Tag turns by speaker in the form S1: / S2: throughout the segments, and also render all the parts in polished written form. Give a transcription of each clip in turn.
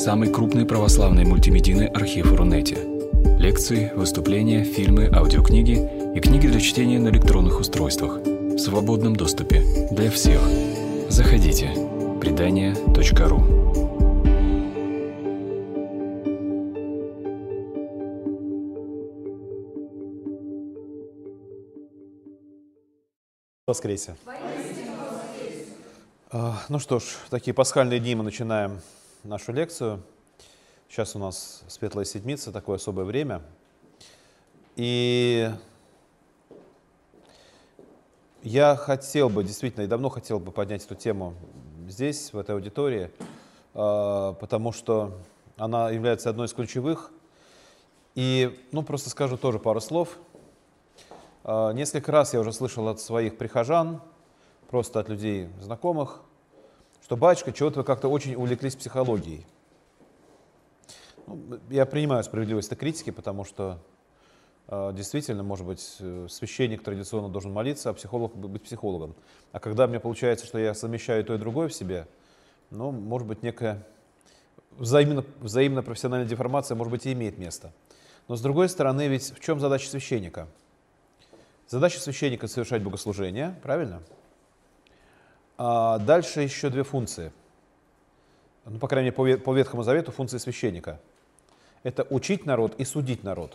S1: самый крупный православный мультимедийный архив Рунете. Лекции, выступления, фильмы, аудиокниги и книги для чтения на электронных устройствах в свободном доступе для всех. Заходите. Предания.ру.
S2: Воскресе. Ну что ж, такие пасхальные дни мы начинаем нашу лекцию. Сейчас у нас Светлая Седмица, такое особое время. И я хотел бы, действительно, и давно хотел бы поднять эту тему здесь, в этой аудитории, потому что она является одной из ключевых. И, просто скажу тоже пару слов. Несколько раз я уже слышал от своих прихожан, просто от людей знакомых, что батюшка, чего-то вы как-то очень увлеклись психологией. Я принимаю справедливость этой критики, потому что действительно, может быть, священник традиционно должен молиться, а психолог быть психологом. А когда мне получается, что я совмещаю то и другое в себе, может быть, некая взаимная профессиональная деформация, может быть, и имеет место. Но с другой стороны, ведь в чем задача священника? Задача священника — совершать богослужение, правильно? А дальше еще две функции. По крайней мере, по Ветхому Завету функции священника. Это учить народ и судить народ.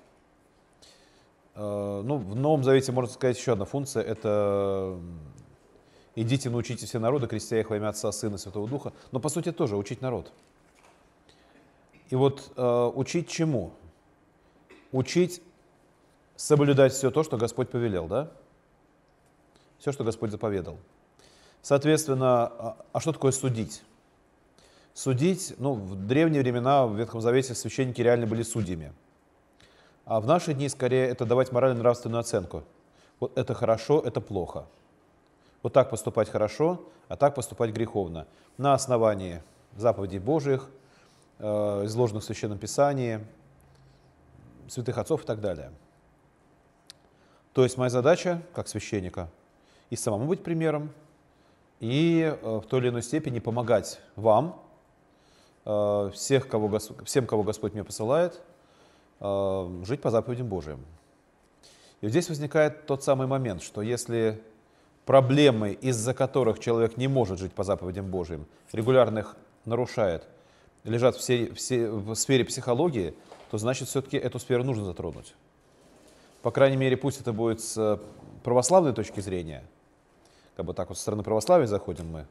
S2: В Новом Завете, можно сказать, еще одна функция — это идите, научите все народы, крестя их во имя Отца, Сына и Святого Духа. Но по сути тоже учить народ. И вот учить чему? Учить соблюдать все то, что Господь повелел, да? Все, что Господь заповедал. Соответственно, а что такое судить? Судить, в древние времена, в Ветхом Завете священники реально были судьями. А в наши дни, скорее, это давать морально-нравственную оценку. Вот это хорошо, это плохо. Вот так поступать хорошо, а так поступать греховно. На основании заповедей Божьих, изложенных в Священном Писании, святых отцов и так далее. То есть моя задача, как священника, и самому быть примером, и в той или иной степени помогать вам, всем, кого Господь мне посылает, жить по заповедям Божьим. И вот здесь возникает тот самый момент, что если проблемы, из-за которых человек не может жить по заповедям Божьим, регулярно их нарушает, лежат в сфере психологии, то значит все-таки эту сферу нужно затронуть. По крайней мере, пусть это будет с православной точки зрения, как бы так вот со стороны православия заходим мы,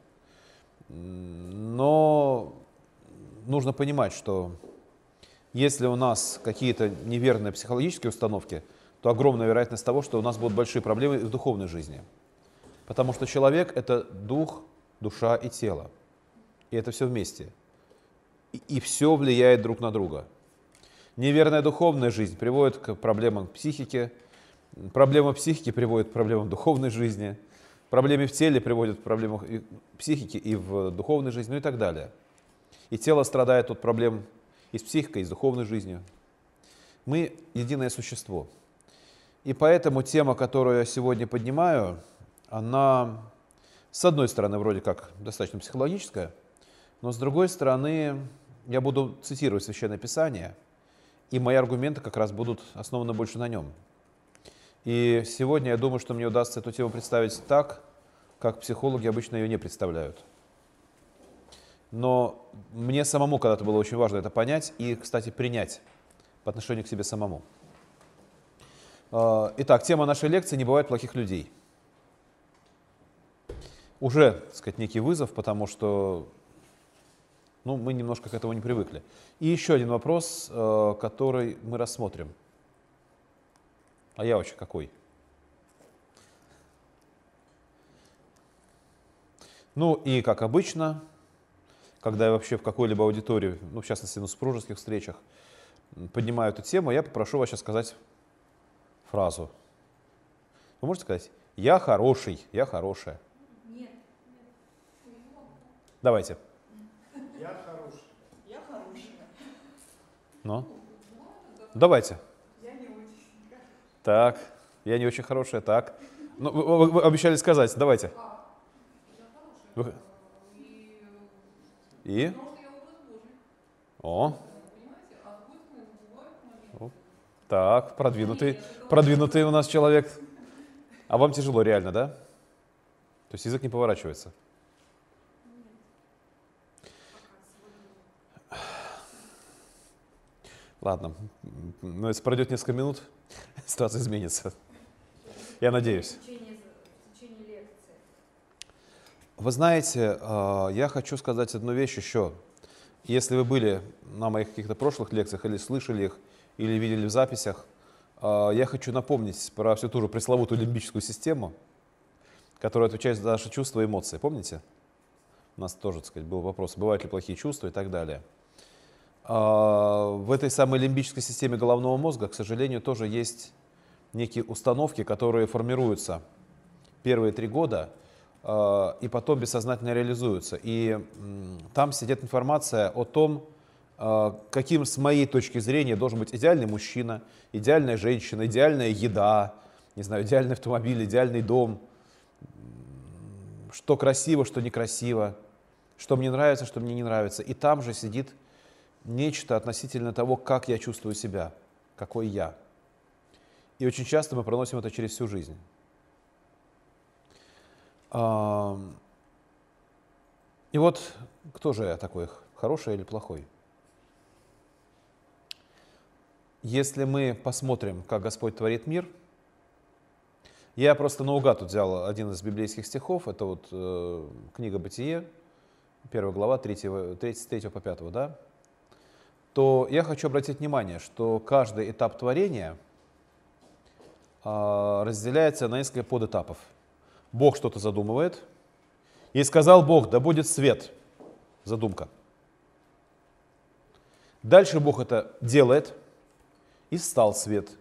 S2: но нужно понимать, что если у нас какие-то неверные психологические установки, то огромная вероятность того, что у нас будут большие проблемы в духовной жизни. Потому что человек — это дух, душа и тело. И это все вместе. И все влияет друг на друга. Неверная духовная жизнь приводит к проблемам психики, проблема психики приводит к проблемам духовной жизни, проблемы в теле приводят к проблемам психики и в духовной жизни, и так далее. И тело страдает от проблем и с психикой, и с духовной жизнью. Мы единое существо. И поэтому тема, которую я сегодня поднимаю, она, с одной стороны, вроде как достаточно психологическая, но с другой стороны, я буду цитировать Священное Писание, и мои аргументы как раз будут основаны больше на нем. И сегодня я думаю, что мне удастся эту тему представить так, как психологи обычно ее не представляют. Но мне самому когда-то было очень важно это понять и, кстати, принять по отношению к себе самому. Итак, тема нашей лекции — «Не бывает плохих людей». Уже, так сказать, некий вызов, потому что мы немножко к этому не привыкли. И еще один вопрос, который мы рассмотрим. А я вообще какой? И как обычно, когда я вообще в какой-либо аудитории, в частности на супружеских встречах, поднимаю эту тему, я попрошу вас сейчас сказать фразу. Вы можете сказать: «Я хороший, я хорошая».
S3: Нет.
S2: Давайте.
S3: Я хороший. Я хорошая.
S2: Давайте.
S3: Я не очень.
S2: Так, я не очень хорошая, так. Вы обещали сказать, давайте.
S3: Я хорошая.
S2: И?
S3: Потому что я образ Божий.
S2: О. Так, продвинутый у нас человек. А вам тяжело реально, да? То есть язык не поворачивается? Ладно, но если пройдет несколько минут, ситуация изменится. Я надеюсь.
S3: В течение лекции.
S2: Вы знаете, я хочу сказать одну вещь еще. Если вы были на моих каких-то прошлых лекциях или слышали их, или видели в записях, я хочу напомнить про всю ту же пресловутую лимбическую систему, которая отвечает за наши чувства и эмоции. Помните? У нас тоже, так сказать, был вопрос, бывают ли плохие чувства и так далее. В этой самой лимбической системе головного мозга, к сожалению, тоже есть некие установки, которые формируются первые 3 года и потом бессознательно реализуются. И там сидит информация о том, каким, с моей точки зрения, должен быть идеальный мужчина, идеальная женщина, идеальная еда, не знаю, идеальный автомобиль, идеальный дом, что красиво, что некрасиво, что мне нравится, что мне не нравится. И там же сидит нечто относительно того, как я чувствую себя, какой я. И очень часто мы проносим это через всю жизнь. И вот кто же я такой, хороший или плохой? Если мы посмотрим, как Господь творит мир, я просто наугад тут взял один из библейских стихов, это вот книга Бытие, 1 глава, 3 по 5, да? То я хочу обратить внимание, что каждый этап творения разделяется на несколько подэтапов. Бог что-то задумывает, и сказал Бог, да будет свет, задумка. Дальше Бог это делает, и стал свет.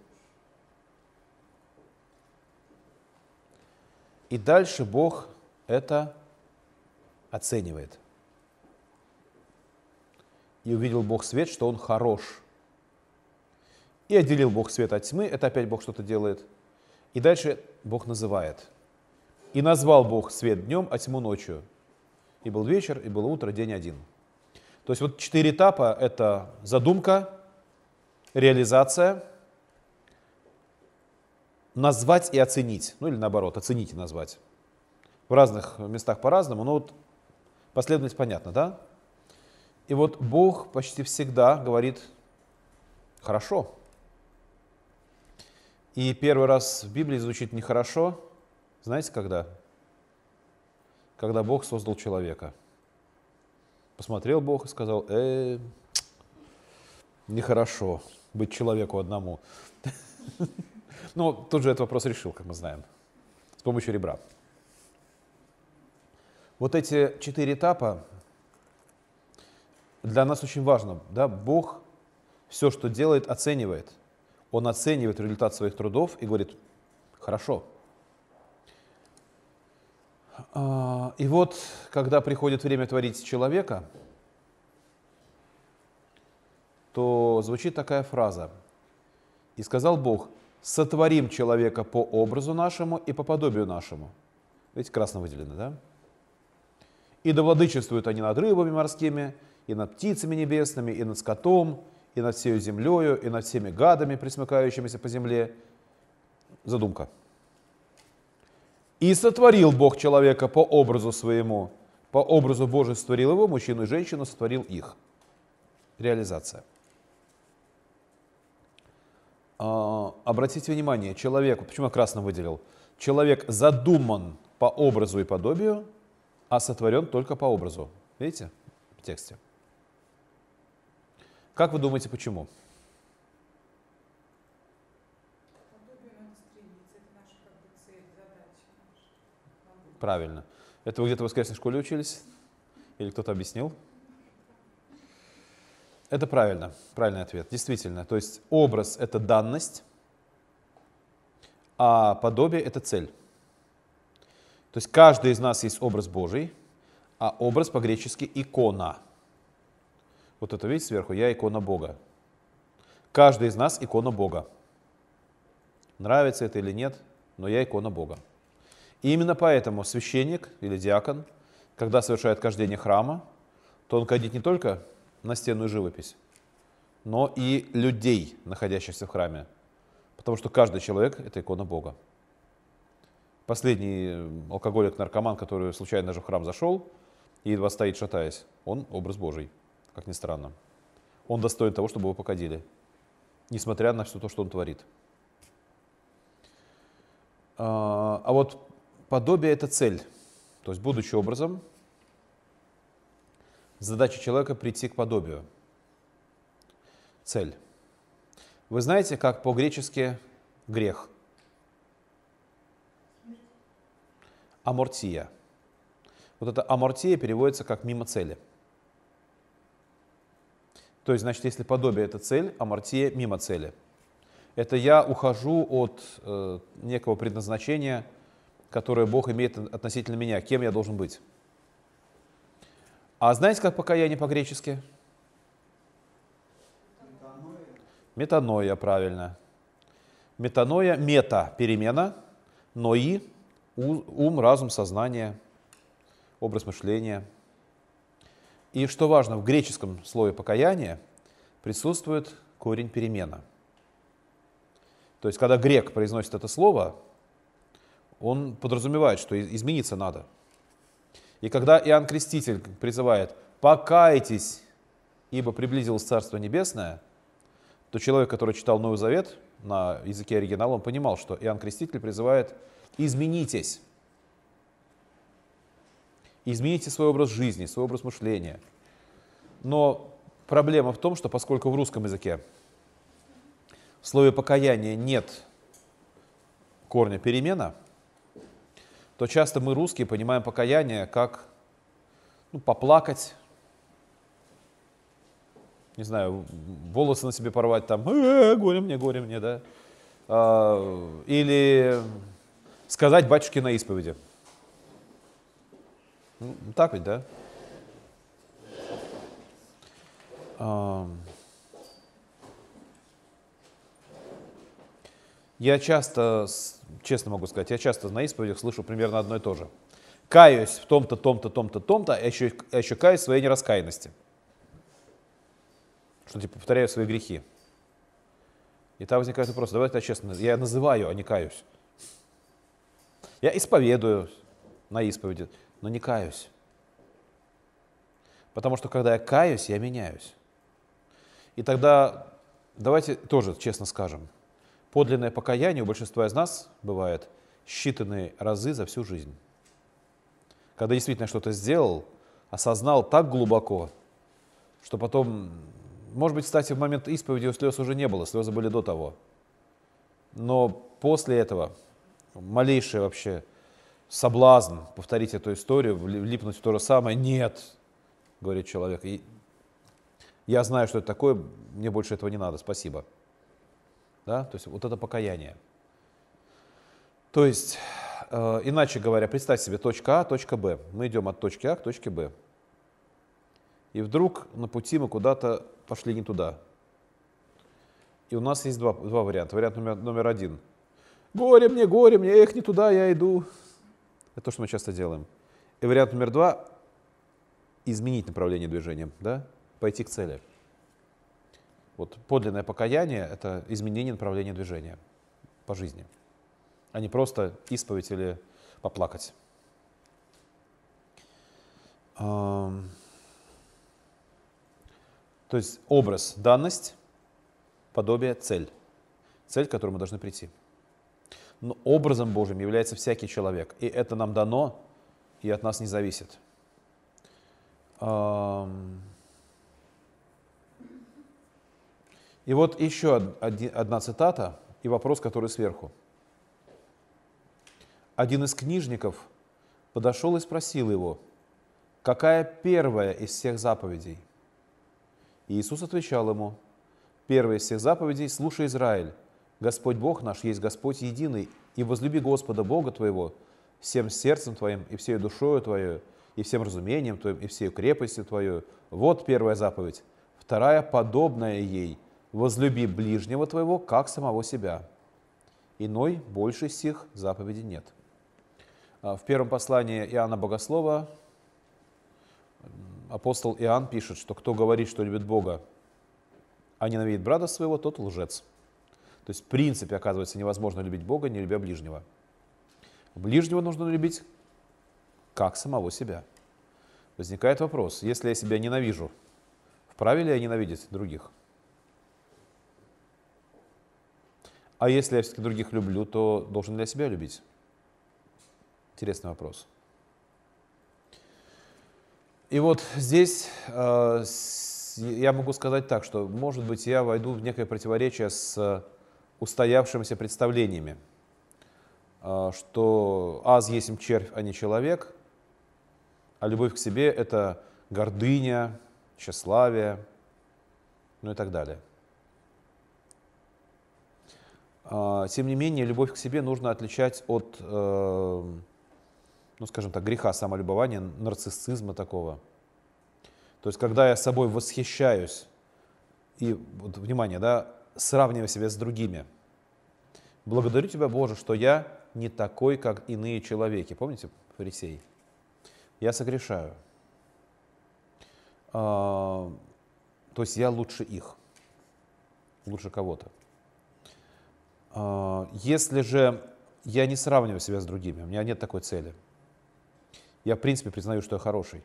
S2: И дальше Бог это оценивает. И увидел Бог свет, что он хорош. И отделил Бог свет от тьмы, это опять Бог что-то делает. И дальше Бог называет. И назвал Бог свет днем, а тьму ночью. И был вечер, и было утро, день один. То есть вот 4 этапа – это задумка, реализация, назвать и оценить. Ну или наоборот, оценить и назвать. В разных местах по-разному, но вот последовательность понятна, да? И вот Бог почти всегда говорит «хорошо». И первый раз в Библии звучит нехорошо. Знаете, когда? Когда Бог создал человека. Посмотрел Бог и сказал, нехорошо быть человеку одному. Ну, тут же этот вопрос решил, как мы знаем, с помощью ребра. Вот эти 4 этапа для нас очень важно. Да? Бог все, что делает, оценивает. Он оценивает результат своих трудов и говорит, хорошо. И вот, когда приходит время творить человека, то звучит такая фраза. «И сказал Бог, сотворим человека по образу нашему и по подобию нашему». Видите, красно выделено, да? «И да владычествуют они над рыбами морскими, и над птицами небесными, и над скотом, и над всею землею, и над всеми гадами, пресмыкающимися по земле». Задумка. «И сотворил Бог человека по образу своему, по образу Божию сотворил его, мужчину и женщину сотворил их». Реализация. Обратите внимание, человек, почему я красно выделил? Человек задуман по образу и подобию, а сотворен только по образу. Видите в тексте? Как вы думаете, почему? Правильно. Это вы где-то в воскресной школе учились? Или кто-то объяснил? Это правильно, правильный ответ. Действительно, то есть образ – это данность, а подобие – это цель. То есть каждый из нас есть образ Божий, а образ по-гречески – икона. Вот это, видите, сверху, я икона Бога. Каждый из нас икона Бога. Нравится это или нет, но я икона Бога. И именно поэтому священник или диакон, когда совершает хождение храма, то он ходит не только настенную живопись, но и людей, находящихся в храме. Потому что каждый человек – это икона Бога. Последний алкоголик-наркоман, который случайно даже в храм зашел и едва стоит, шатаясь, он образ Божий, как ни странно. Он достоин того, чтобы его покадили, несмотря на все то, что он творит. А вот подобие – это цель. То есть, будучи образом, задача человека прийти к подобию. Цель. Вы знаете, как по-гречески грех? Амортия. Вот эта амортия переводится как мимо цели. То есть, значит, если подобие – это цель, амортия – мимо цели. Это я ухожу от некого предназначения, которое Бог имеет относительно меня, кем я должен быть. А знаете, как покаяние по-гречески? Метаноя, правильно. Метаноя, мета – перемена, нои – ум, разум, сознание, образ мышления. И что важно, в греческом слове покаяние присутствует корень перемена. То есть, когда грек произносит это слово, он подразумевает, что измениться надо. И когда Иоанн Креститель призывает «покайтесь, ибо приблизилось Царство Небесное», то человек, который читал Новый Завет на языке оригинала, он понимал, что Иоанн Креститель призывает «изменитесь». Измените свой образ жизни, свой образ мышления. Но проблема в том, что поскольку в русском языке в слове покаяние нет корня перемена, то часто мы, русские, понимаем покаяние как поплакать, не знаю, волосы на себе порвать, там, горе мне, да, или сказать батюшке на исповеди. Так ведь, да? Я часто, честно могу сказать, я часто на исповедях слышу примерно одно и то же. Каюсь в том-то, том-то, том-то, том-то, а еще каюсь в своей нераскаянности. Что типа повторяю свои грехи. И там возникает вопрос, давайте я честно, я называю, а не каюсь. Я исповедую на исповеди, но не каюсь. Потому что когда я каюсь, я меняюсь. И тогда давайте тоже честно скажем, подлинное покаяние у большинства из нас бывает считанные разы за всю жизнь. Когда действительно что-то сделал, осознал так глубоко, что потом, может быть, кстати, в момент исповеди у слез уже не было, слезы были до того. Но после этого малейший вообще соблазн повторить эту историю, влипнуть в то же самое, нет, говорит человек. И я знаю, что это такое, мне больше этого не надо, спасибо. Да? То есть вот это покаяние. То есть, иначе говоря, представь себе точка А, точка Б. Мы идем от точки А к точке Б. И вдруг на пути мы куда-то пошли не туда. И у нас есть два варианта. Вариант номер один. Горе мне, эх, не туда я иду. Это то, что мы часто делаем. И вариант номер два – изменить направление движения, да? Пойти к цели. Вот подлинное покаяние – это изменение направления движения по жизни, а не просто исповедь или поплакать. То есть образ, данность, подобие, цель. Цель, к которой мы должны прийти. Но образом Божьим является всякий человек. И это нам дано, и от нас не зависит. И вот еще одна цитата и вопрос, который сверху. Один из книжников подошел и спросил его, какая первая из всех заповедей? И Иисус отвечал ему, первая из всех заповедей, слушай, Израиль, Господь Бог наш есть Господь единый, и возлюби Господа Бога твоего всем сердцем твоим, и всей душою твоей, и всем разумением твоим, и всей крепостью твоей. Вот первая заповедь. Вторая, подобная ей, возлюби ближнего твоего, как самого себя. Иной, больше сих заповедей нет. В первом послании Иоанна Богослова апостол Иоанн пишет, что кто говорит, что любит Бога, а ненавидит брата своего, тот лжец. То есть в принципе, оказывается, невозможно любить Бога, не любя ближнего. Ближнего нужно любить как самого себя. Возникает вопрос, если я себя ненавижу, вправе ли я ненавидеть других? А если я все-таки других люблю, то должен ли я себя любить? Интересный вопрос. И вот здесь я могу сказать так, что, может быть, я войду в некое противоречие с устоявшимися представлениями, что аз есмь червь, а не человек, а любовь к себе – это гордыня, тщеславие, ну и так далее. Тем не менее, любовь к себе нужно отличать от, ну, скажем так, греха самолюбования, нарциссизма такого. То есть, когда я собой восхищаюсь и, вот, внимание, да, сравнивая себя с другими, благодарю Тебя, Боже, что я не такой, как иные человеки. Помните, фарисей? Я согрешаю. То есть я лучше их, лучше кого-то. Если же я не сравниваю себя с другими, у меня нет такой цели, я в принципе признаю, что я хороший,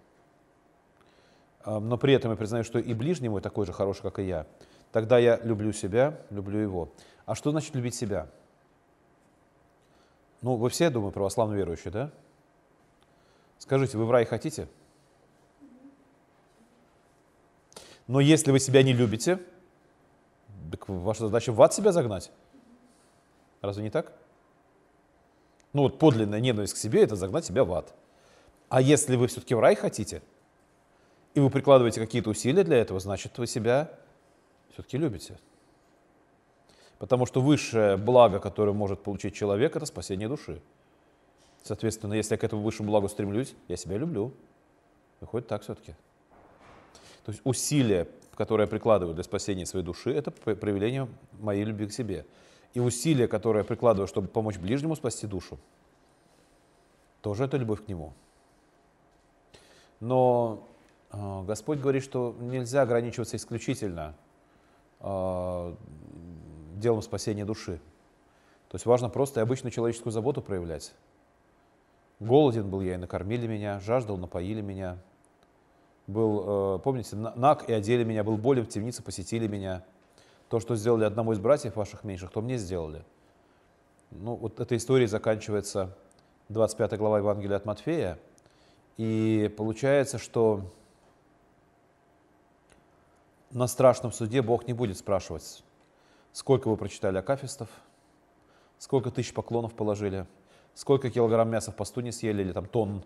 S2: но при этом я признаю, что и ближний мой такой же хороший, как и я, тогда я люблю себя, люблю его. А что значит любить себя? Ну, вы все, думаю, православно верующие, да? Скажите, вы в рай хотите? Но если вы себя не любите, так ваша задача в ад себя загнать. Разве не так? Ну вот подлинная ненависть к себе – это загнать себя в ад. А если вы все-таки в рай хотите, и вы прикладываете какие-то усилия для этого, значит, вы себя все-таки любите. Потому что высшее благо, которое может получить человек, это спасение души. Соответственно, если я к этому высшему благу стремлюсь, я себя люблю. Выходит так все-таки. То есть усилия, которые я прикладываю для спасения своей души, это проявление моей любви к себе. И усилия, которые я прикладываю, чтобы помочь ближнему спасти душу, тоже это любовь к нему. Но Господь говорит, что нельзя ограничиваться исключительно делом спасения души. То есть важно просто и обычную человеческую заботу проявлять. Голоден был я, и накормили меня, жаждал, напоили меня. Был, помните, наг и одели меня, был болен в темнице, посетили меня. То, что сделали одному из братьев ваших меньших, то мне сделали. Ну, вот эта история заканчивается 25 глава Евангелия от Матфея. И получается, что на страшном суде Бог не будет спрашивать, сколько вы прочитали акафистов, сколько тысяч поклонов положили, сколько килограмм мяса в посту не съели, или там тонн,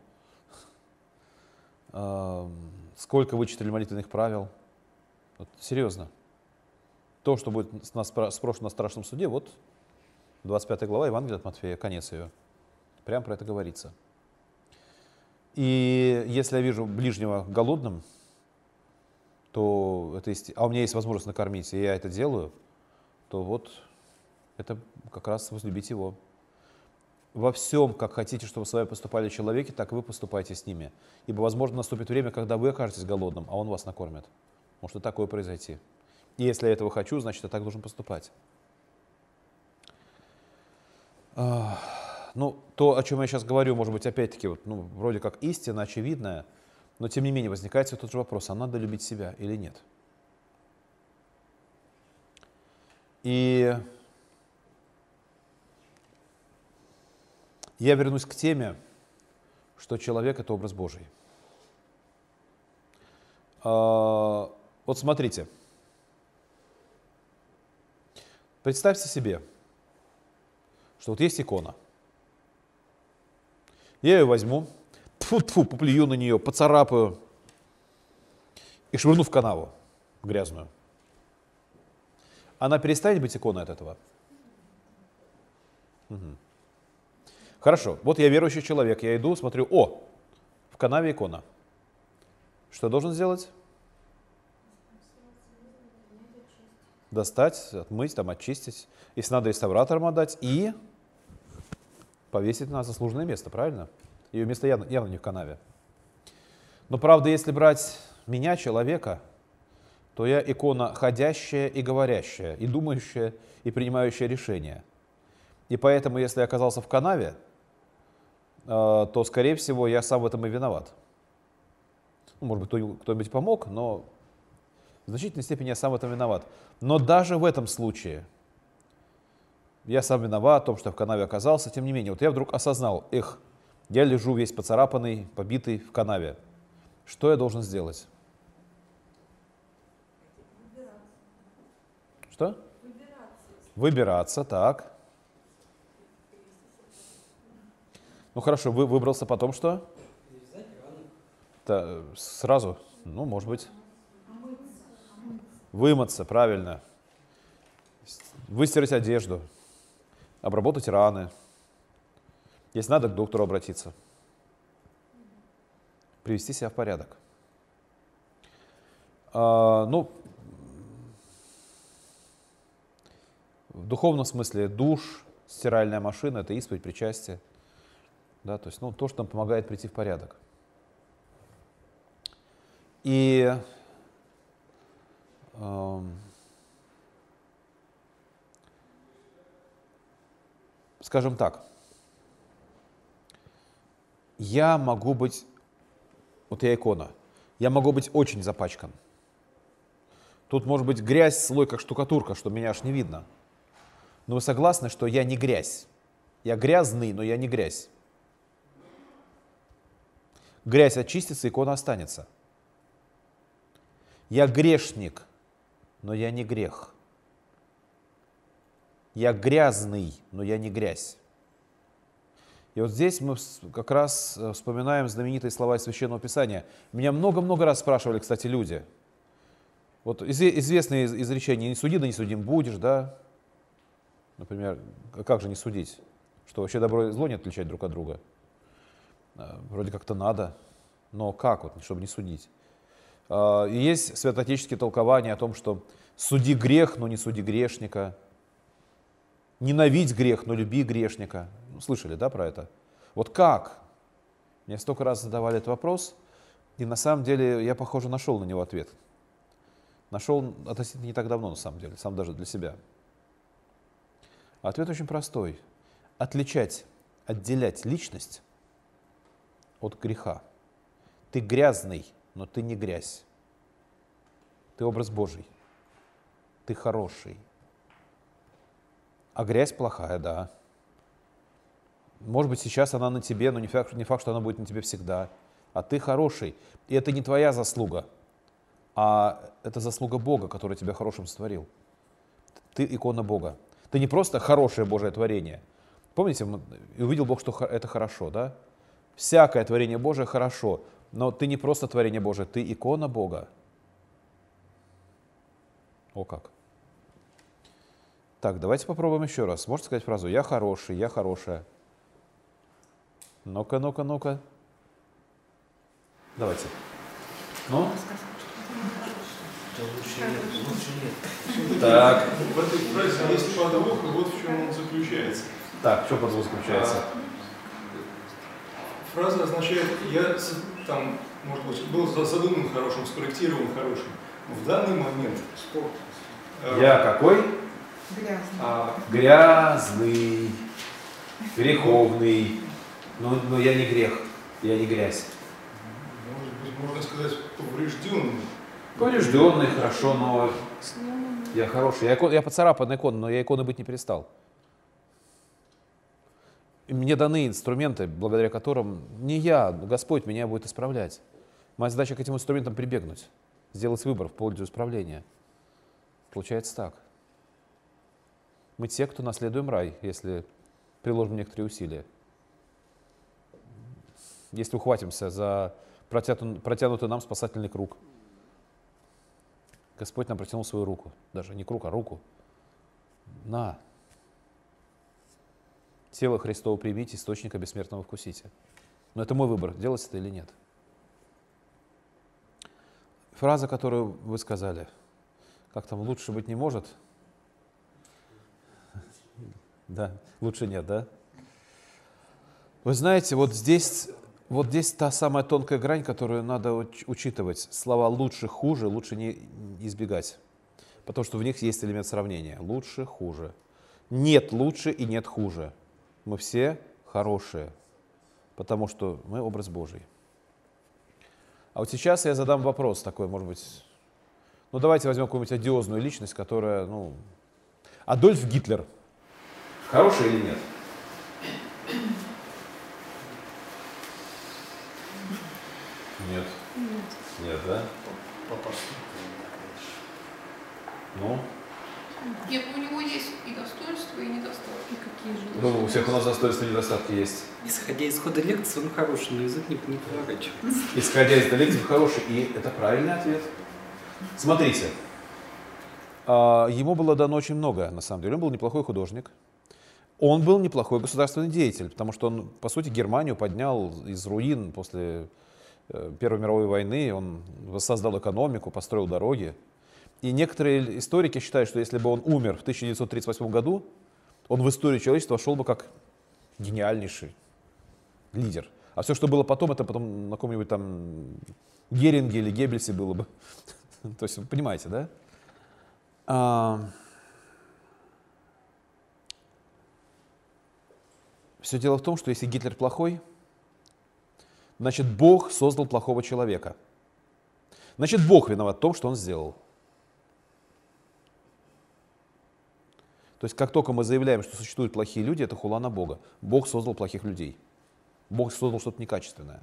S2: сколько вычитали молитвенных правил. Вот, серьезно. То, что будет спрошено на страшном суде, вот 25 глава Евангелия от Матфея, конец ее. Прямо про это говорится. И если я вижу ближнего голодным, то это а у меня есть возможность накормить, и я это делаю, то вот это как раз возлюбить его. Во всем, как хотите, чтобы с вами поступали человеки, так и вы поступайте с ними. Ибо, возможно, наступит время, когда вы окажетесь голодным, а он вас накормит. Может и такое произойти. И если я этого хочу, значит, я так должен поступать. Ну, то, о чем я сейчас говорю, может быть, опять-таки, вот, ну, вроде как истина, очевидная, но тем не менее возникает все тот же вопрос, а надо любить себя или нет? И я вернусь к теме, что человек – это образ Божий. Вот смотрите. Представьте себе, что вот есть икона. Я ее возьму, тьфу-тьфу, поплюю на нее, поцарапаю и швырну в канаву грязную. Она перестанет быть иконой от этого? Угу. Хорошо, вот я верующий человек, я иду, смотрю, о, в канаве икона. Что я должен сделать? Достать, отмыть, там, очистить. Если надо, реставраторам отдать и повесить на заслуженное место, правильно? Ее место явно не в канаве. Но правда, если брать меня, человека, то я икона ходящая и говорящая, и думающая, и принимающая решения. И поэтому, если я оказался в канаве, то, скорее всего, я сам в этом и виноват. Ну, может быть, кто-нибудь помог, но в значительной степени я сам в этом виноват. Но даже в этом случае я сам виноват в том, что я в канаве оказался. Тем не менее, вот я вдруг осознал, я лежу весь поцарапанный, побитый в канаве. Что я должен сделать? Что? Выбираться, так. Ну хорошо, выбрался, потом что? Сразу? Ну, может быть. Вымыться, правильно. Выстирать одежду. Обработать раны. Если надо, к доктору обратиться. Привести себя в порядок. Ну, в духовном смысле душ, стиральная машина — это исповедь, причастие. Да, то есть, ну, то, что нам помогает прийти в порядок. И скажем так, я могу быть, вот я икона, я могу быть очень запачкан. Тут может быть грязь, слой как штукатурка, что меня аж не видно. Но вы согласны, что я не грязь? Я грязный, но я не грязь. Грязь очистится, икона останется. Я грешник, но я не грех. Я грязный, но я не грязь. И вот здесь мы как раз вспоминаем знаменитые слова из Священного Писания. Меня много-много раз спрашивали, кстати, люди. Вот известные изречения: «Не суди, да не судим будешь», да? Например, как же не судить? Что вообще добро и зло не отличать друг от друга? Вроде как-то надо, но как вот, чтобы не судить? И есть святоотеческие толкования о том, что суди грех, но не суди грешника. Ненавидь грех, но люби грешника. Ну, слышали, да, про это? Вот как? Мне столько раз задавали этот вопрос, и на самом деле я, похоже, нашел на него ответ. Нашел относительно не так давно, на самом деле, сам даже для себя. Ответ очень простой. Отделять личность от греха. Ты грязный, но ты не грязь. Ты образ Божий. Ты хороший. А грязь плохая, да. Может быть, сейчас она на тебе, но не факт, что она будет на тебе всегда. А ты хороший. И это не твоя заслуга, а это заслуга Бога, который тебя хорошим сотворил. Ты икона Бога. Ты не просто хорошее Божие творение. Помните, и увидел Бог, что это хорошо, да? Всякое творение Божие хорошо, но ты не просто творение Божие, ты икона Бога. О как. Так, давайте попробуем еще раз. Можете сказать фразу «я хороший», «я хорошая». Ну-ка, ну-ка, ну-ка. Давайте. Ну? Так.
S4: В этой фразе есть подвох, и вот в чем он заключается.
S2: Так, в чем подвох заключается?
S4: Фраза означает, я там, может быть, был задуман хорошим, спроектирован хорошим. В данный момент
S2: Я какой? Грязный, греховный. Но я не грех, я не грязь.
S4: Может быть, можно сказать, поврежденный.
S2: Поврежденный, хорошо, но я хороший. Я поцарапанная икона, но я иконой быть не перестал. И мне даны инструменты, благодаря которым не я, но Господь меня будет исправлять. Моя задача к этим инструментам прибегнуть, сделать выбор в пользу исправления. Получается так. Мы те, кто наследуем рай, если приложим некоторые усилия. Если ухватимся за протянутый нам спасательный круг. Господь нам протянул свою руку. Даже не круг, а руку. На. Тело Христово примите, источника бессмертного вкусите. Но это мой выбор, делать это или нет. Фраза, которую вы сказали. Как там, лучше быть не может? Да, лучше нет, да? Вы знаете, вот здесь Вот здесь та самая тонкая грань, которую надо учитывать. Слова «лучше», «хуже» лучше не избегать, потому что в них есть элемент сравнения. Лучше, хуже. Нет лучше и нет хуже. Мы все хорошие, потому что мы образ Божий. А вот сейчас я задам вопрос такой, может быть, ну давайте возьмем какую-нибудь одиозную личность, которая, ну, Адольф Гитлер. Хороший или нет? Нет. Нет, да? Ну?
S5: Нет, у него есть и достоинства, и недостатки.
S3: Какие же?
S2: Ну, у всех у нас достоинства и недостатки есть.
S6: Исходя из хода лекции, он хороший, но язык не поворачивается.
S2: Исходя из лекции, хороший, и это правильный ответ. Смотрите, ему было дано очень многое, на самом деле. Он был неплохой художник. Он был неплохой государственный деятель, потому что он, по сути, Германию поднял из руин после Первой мировой войны. Он воссоздал экономику, построил дороги. И некоторые историки считают, что если бы он умер в 1938 году, он в историю человечества вошел бы как гениальнейший лидер. А все, что было потом, это потом на каком-нибудь там Геринге или Геббельсе было бы. То есть, вы понимаете, да? Все дело в том, что если Гитлер плохой, значит, Бог создал плохого человека. Значит, Бог виноват в том, что он сделал. То есть, как только мы заявляем, что существуют плохие люди, это хула на Бога. Бог создал плохих людей. Бог создал что-то некачественное.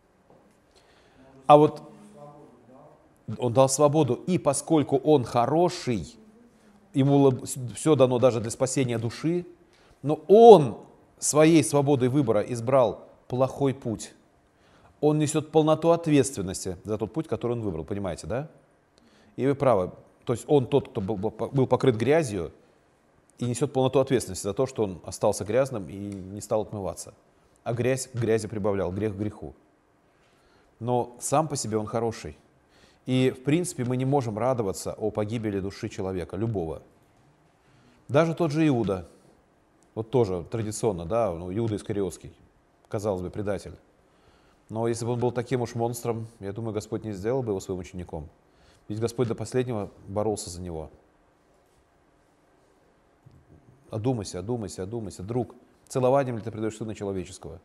S2: А вот он дал свободу, и поскольку он хороший, ему было все дано даже для спасения души, но он своей свободой выбора избрал плохой путь. Он несет полноту ответственности за тот путь, который он выбрал, понимаете, да? И вы правы, то есть он тот, кто был покрыт грязью, и несет полноту ответственности за то, что он остался грязным и не стал отмываться. А грязь к грязи прибавлял, грех к греху. Но сам по себе он хороший. И, в принципе, мы не можем радоваться о погибели души человека, любого. Даже тот же Иуда, вот тоже традиционно, да, ну, Иуда Искариотский, казалось бы, предатель. Но если бы он был таким уж монстром, я думаю, Господь не сделал бы его своим учеником. Ведь Господь до последнего боролся за него. Одумайся, одумайся, одумайся, друг. Целованием ли ты предаешь Сына Человеческого?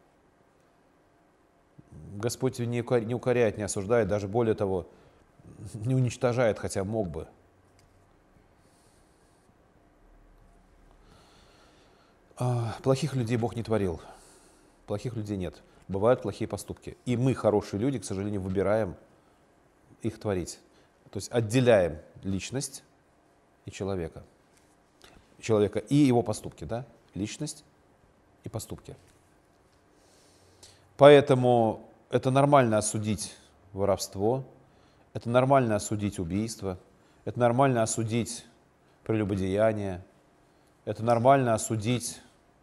S2: Господь не укоряет, не осуждает, даже более того, не уничтожает, хотя мог бы. Плохих людей Бог не творил. Плохих людей нет. Бывают плохие поступки. И мы, хорошие люди, к сожалению, выбираем их творить. То есть отделяем личность и человека. Человека и его поступки, да? Личность и поступки. Поэтому это нормально осудить воровство, это нормально осудить убийство, это нормально осудить прелюбодеяние, это нормально осудить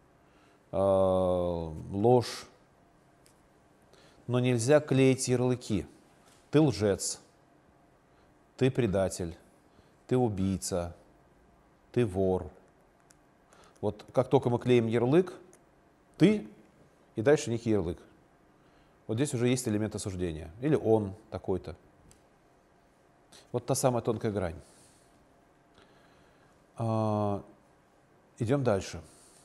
S2: ложь. Но нельзя клеить ярлыки. Ты лжец, ты предатель, ты убийца, ты вор. Вот как только мы клеим ярлык, ты, и дальше некий ярлык. Вот здесь уже есть элемент осуждения. Или он такой-то. Вот та самая тонкая грань. Идем дальше.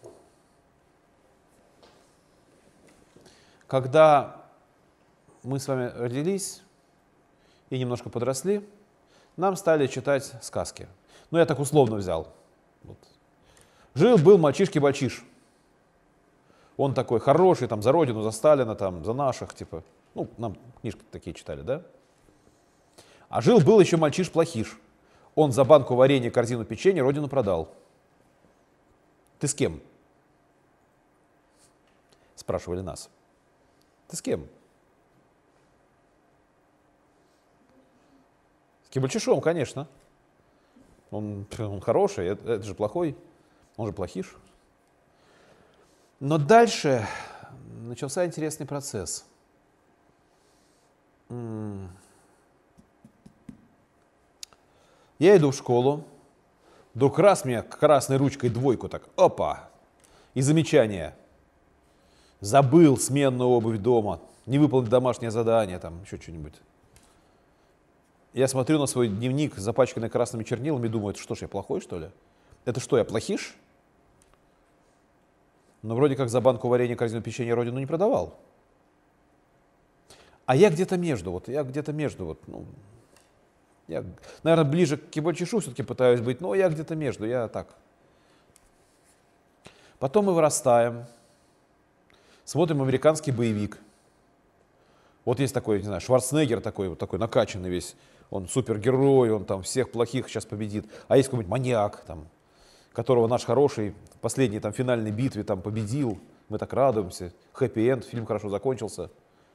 S2: Когда мы с вами родились и немножко подросли, нам стали читать сказки. Ну, я так условно взял. Вот. Жил-был мальчишки-бальчиш. Он такой хороший, там, за родину, за Сталина, там, за наших, типа. Ну, нам книжки такие читали, да? А жил-был еще мальчиш-плохиш. Он за банку варенья, корзину печенья родину продал. Ты с кем? Спрашивали нас. Ты с кем? С кем-бальчишом, конечно. Он хороший, это же плохой. Он же плохиш. Но дальше начался интересный процесс. Я иду в школу, вдруг раз мне красной ручкой двойку так, опа, и замечание. Забыл сменную обувь дома. не выполнить домашнее задание, там еще что-нибудь. Я смотрю на свой дневник, запачканный красными чернилами, и думаю, что ж, я плохой, что ли? Это что, я плохиш? Но вроде как за банку варенья, корзину печенья родину не продавал. А я где-то между, я, наверное, ближе к кибальчишу все-таки пытаюсь быть, но я где-то между, я так. Потом мы вырастаем, смотрим американский боевик. Вот есть такой, не знаю, Шварценеггер такой, вот такой накачанный весь, он супергерой, он там всех плохих сейчас победит. А есть какой-нибудь маньяк, там, которого наш хороший в последней там финальной битве там победил. Мы так радуемся. Хэппи-энд, фильм хорошо закончился.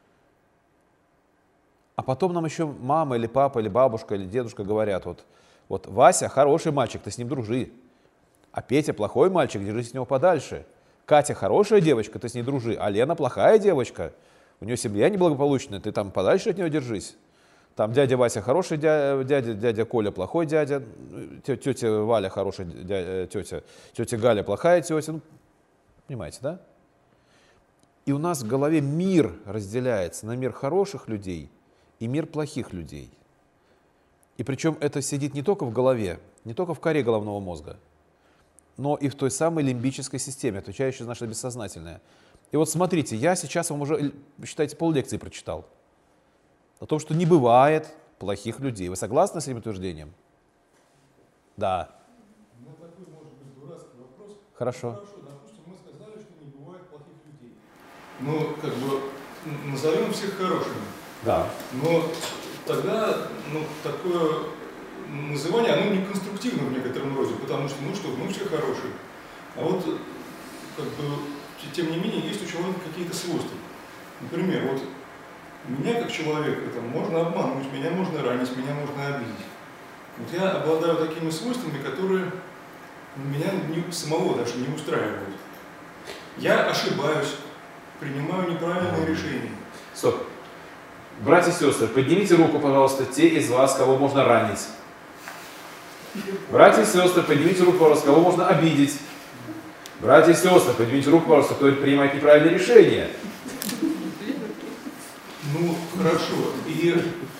S2: А потом нам еще мама или папа, или бабушка, или дедушка говорят, вот Вася хороший мальчик, ты с ним дружи. А Петя плохой мальчик, держись с него подальше. Катя хорошая девочка, ты с ней дружи. А Лена плохая девочка, у нее семья неблагополучная, ты там подальше от нее держись. Там дядя Вася хороший дядя Коля плохой дядя, тетя Валя хорошая тетя, тетя Галя плохая тетя. Ну, понимаете, да? И у нас в голове мир разделяется на мир хороших людей и мир плохих людей. И причем это сидит не только в голове, не только в коре головного мозга, но и в той самой лимбической системе, отвечающей за наше бессознательное. И вот смотрите, я сейчас вам уже, считайте, поллекции прочитал о том, что не бывает плохих людей. Вы согласны с этим утверждением? Да.
S4: У меня такой, может быть, дурацкий вопрос.
S2: Хорошо.
S4: Хорошо, допустим, мы сказали, что не бывает плохих людей. Ну, как бы, назовем всех хорошими.
S2: Да.
S4: Но тогда, такое называние, оно не конструктивно в некотором роде, потому что, все хорошие. А вот, как бы, тем не менее, есть у человека какие-то свойства. Например, вот меня как человека можно обмануть, меня можно ранить, меня можно обидеть. Вот я обладаю такими свойствами, которые меня самого даже не устраивают. Я ошибаюсь, принимаю неправильные решения.
S2: Стоп. Братья и сестры, поднимите руку, пожалуйста, те из вас, кого можно ранить. Братья и сестры, поднимите руку, пожалуйста, кого можно обидеть. Братья и сестры, поднимите руку, пожалуйста, кто принимает неправильные решения.
S4: Ну, хорошо. И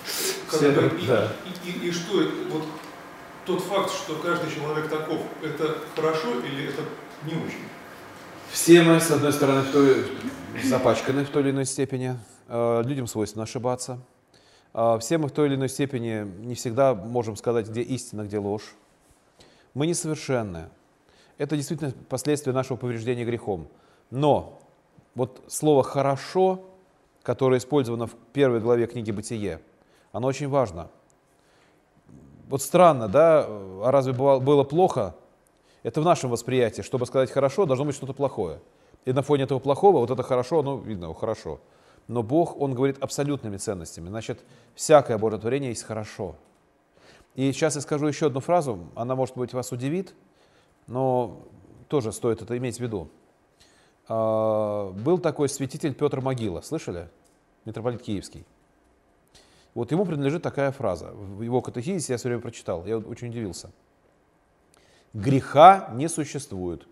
S4: что, вот тот факт, что каждый человек таков, это хорошо или это не очень?
S2: Все мы, с одной стороны, запачканы в той или иной степени. Людям свойственно ошибаться. Все мы в той или иной степени не всегда можем сказать, где истина, где ложь. Мы несовершенны. Это действительно последствия нашего повреждения грехом. Но вот слово «хорошо», которое использовано в первой главе книги «Бытие», оно очень важно. Вот странно, да? А разве было плохо? Это в нашем восприятии. Чтобы сказать «хорошо», должно быть что-то плохое. И на фоне этого плохого вот это «хорошо», ну, видно, хорошо. Но Бог, Он говорит абсолютными ценностями. Значит, всякое Божье творение есть хорошо. И сейчас я скажу еще одну фразу, она, может быть, вас удивит, но тоже стоит это иметь в виду. Был такой святитель Петр Могила, слышали? Митрополит Киевский. Вот ему принадлежит такая фраза. В его катехизисе я все время прочитал, я очень удивился. Греха не существует.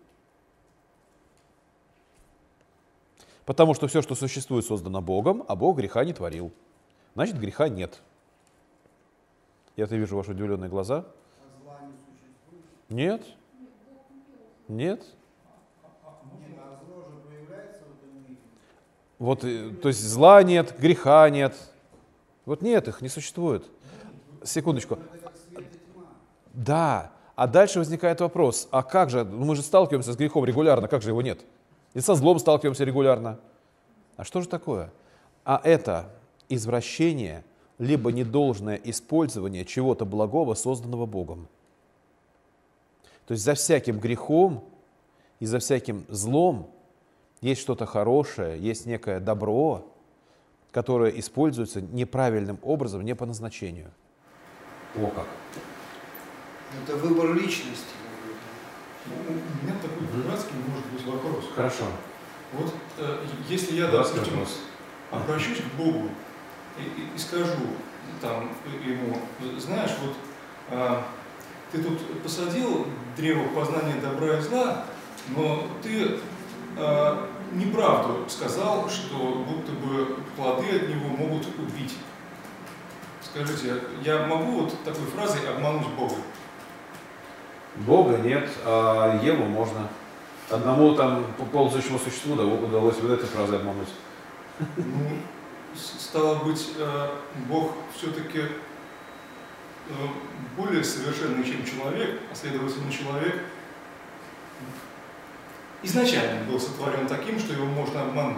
S2: Потому что все, что существует, создано Богом, а Бог греха не творил. Значит, греха нет. Я-то вижу ваши удивленные глаза.
S7: А зла не существует?
S2: Нет. Нет.
S7: Нет, а зло же проявляется в этом мире.
S2: Вот, то есть зла нет, греха нет. Вот нет, их не существует. Секундочку.
S7: Это как свет и тьма.
S2: Да. А дальше возникает вопрос, а как же, мы же сталкиваемся с грехом регулярно, как же его нет? И со злом сталкиваемся регулярно. А что же такое? А это извращение, либо недолжное использование чего-то благого, созданного Богом. То есть за всяким грехом и за всяким злом есть что-то хорошее, есть некое добро, которое используется неправильным образом, не по назначению. О как!
S7: Это выбор личности.
S4: У меня такой дурацкий, может быть, вопрос.
S2: Хорошо.
S4: Вот если я, допустим, обращусь к Богу и скажу ему, знаешь, вот ты тут посадил древо познания добра и зла, но ты неправду сказал, что будто бы плоды от него могут убить. Скажите, я могу вот такой фразой обмануть Бога?
S2: Бога нет, а Еву можно. Одному там ползающему существу удалось вот этой фразой обмануть.
S4: Ну, стало быть, Бог все-таки более совершенный, чем человек, а следовательно, человек изначально был сотворен таким, что его можно обмануть.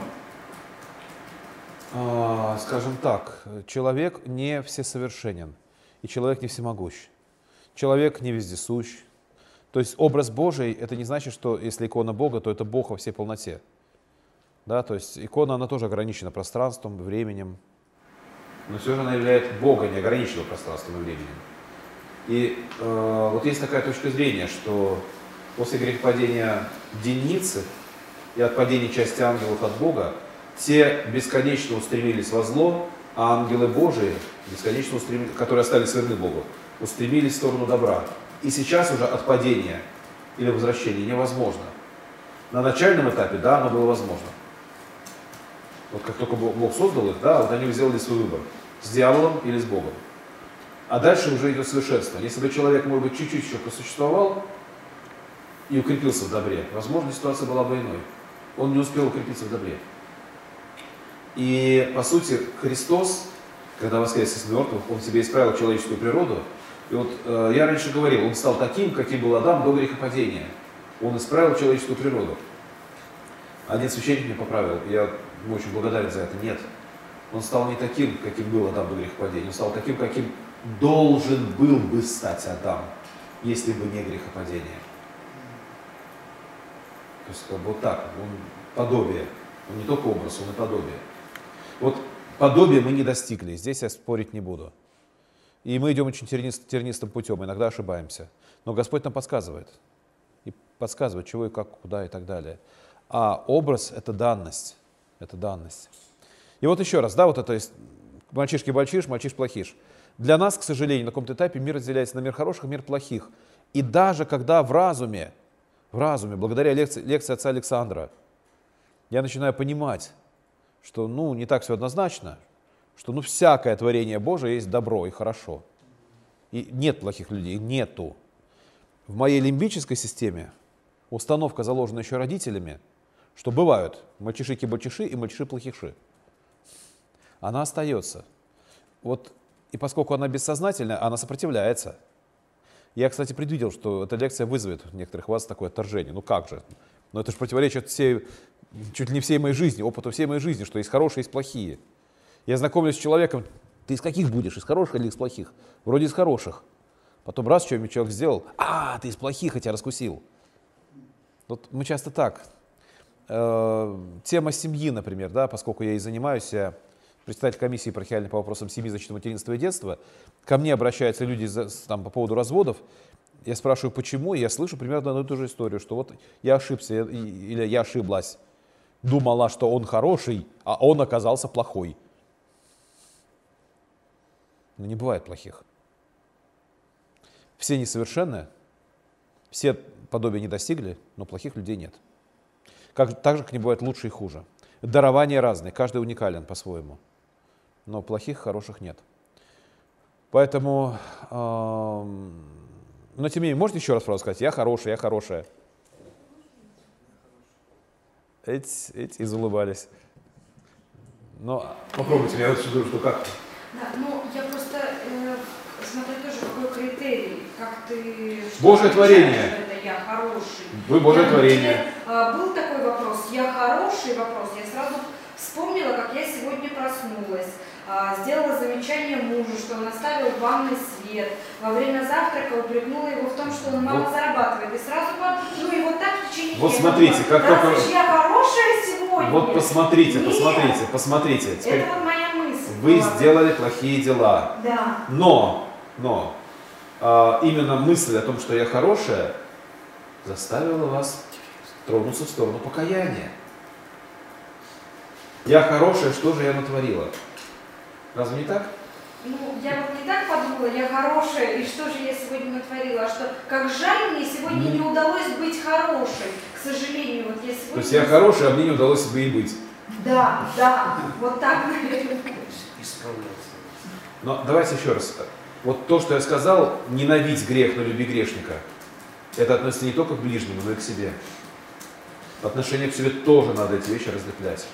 S2: Скажем так, человек не всесовершенен, и человек не всемогущ. Человек не вездесущ. То есть образ Божий, это не значит, что если икона Бога, то это Бог во всей полноте. Да, то есть икона, она тоже ограничена пространством, временем, но все же она является Бога неограниченным пространством и временем. И вот есть такая точка зрения, что после грехопадения Деницы и отпадения части ангелов от Бога, те бесконечно устремились во зло, а ангелы Божии, бесконечно которые остались верны Богу, устремились в сторону добра. И сейчас уже отпадение или возвращение невозможно. На начальном этапе, да, оно было возможно. Вот как только Бог создал их, да, вот они сделали свой выбор. С дьяволом или с Богом. А дальше уже идет совершенство. Если бы человек, может быть, чуть-чуть еще просуществовал и укрепился в добре, возможно, ситуация была бы иной. Он не успел укрепиться в добре. И, по сути, Христос, когда воскрес из мертвых, Он себе исправил человеческую природу. И вот я раньше говорил, Он стал таким, каким был Адам до грехопадения. Он исправил человеческую природу. Один священник мне поправил, и я ему очень благодарен за это. Нет, он стал не таким, каким был Адам до грехопадения. Он стал таким, каким должен был бы стать Адам, если бы не грехопадение. То есть как бы вот так, он подобие. Он не только образ, он и подобие. Вот подобие мы не достигли, здесь я спорить не буду. И мы идем очень тернистым путем, иногда ошибаемся. Но Господь нам подсказывает. И подсказывает, чего и как, куда и так далее. А образ – это данность. Это данность. И вот еще раз, да, вот это есть мальчишки-бальчиш, мальчиш-плохиш. Для нас, к сожалению, на каком-то этапе мир разделяется на мир хороших и мир плохих. И даже когда в разуме, благодаря лекции отца Александра, я начинаю понимать, что не так все однозначно, что всякое творение Божие есть добро и хорошо. И нет плохих людей, нету. В моей лимбической системе установка заложена еще родителями, что бывают мальчишики-бальчиши и мальчиши-плохиши. Она остается. Вот, и поскольку она бессознательная, она сопротивляется. Я, кстати, предвидел, что эта лекция вызовет у некоторых вас такое отторжение. Как же? Но это же противоречит чуть ли не всей моей жизни, опыту всей моей жизни, что есть хорошие, есть плохие. Я знакомлюсь с человеком, ты из каких будешь? Из хороших или из плохих? Вроде из хороших. Потом раз что-нибудь человек сделал, ты из плохих, я тебя раскусил. Вот мы часто так. Тема семьи, например, да, поскольку я и занимаюсь, я председатель комиссии парахиальной по вопросам семьи, защиты материнства и детства, ко мне обращаются люди по поводу разводов, я спрашиваю, почему, и я слышу примерно одну и ту же историю, что вот я ошибся или я ошиблась, думала, что он хороший, а он оказался плохой. Но не бывает плохих. Все несовершенны, все подобия не достигли, но плохих людей нет. Так же, как не бывает лучше и хуже. Дарования разные, каждый уникален по-своему. Но плохих, хороших нет. Поэтому, но тем не менее, можете еще раз сказать, я хороший, я хорошая. Эти изулыбались. Но попробуйте, я вот думаю, что как.
S3: Да, я просто смотрю тоже, какой критерий, как ты...
S2: Божье творение.
S3: Это я хороший.
S2: Вы Божье творение.
S3: Был такой вопрос, я хороший вопрос, я сразу вспомнила, как я сегодня проснулась, сделала замечание мужу, что он оставил в ванной свет, во время завтрака упрекнула его в том, что он мало зарабатывает, и сразу, и вот так в течение...
S2: Вот смотрите, как только...
S3: я хорошая сегодня.
S2: Вот посмотрите.
S3: Теперь это вот моя мысль.
S2: Вы сделали плохие дела.
S3: Да.
S2: Но именно мысль о том, что я хорошая, заставила вас тронуться в сторону покаяния. Я хорошая, что же я натворила? Разве не так?
S3: Ну, я вот не так подумала, я хорошая, и что же я сегодня натворила, а что как жаль мне сегодня не удалось быть хорошей, к сожалению, вот я сегодня...
S2: То есть я хороший, а мне не удалось бы и быть.
S3: Да, да, вот так, наверное.
S2: Но давайте еще раз. Вот то, что я сказал, ненавидь грех, но люби грешника, это относится не только к ближнему, но и к себе. В отношении к себе тоже надо эти вещи разлеплять.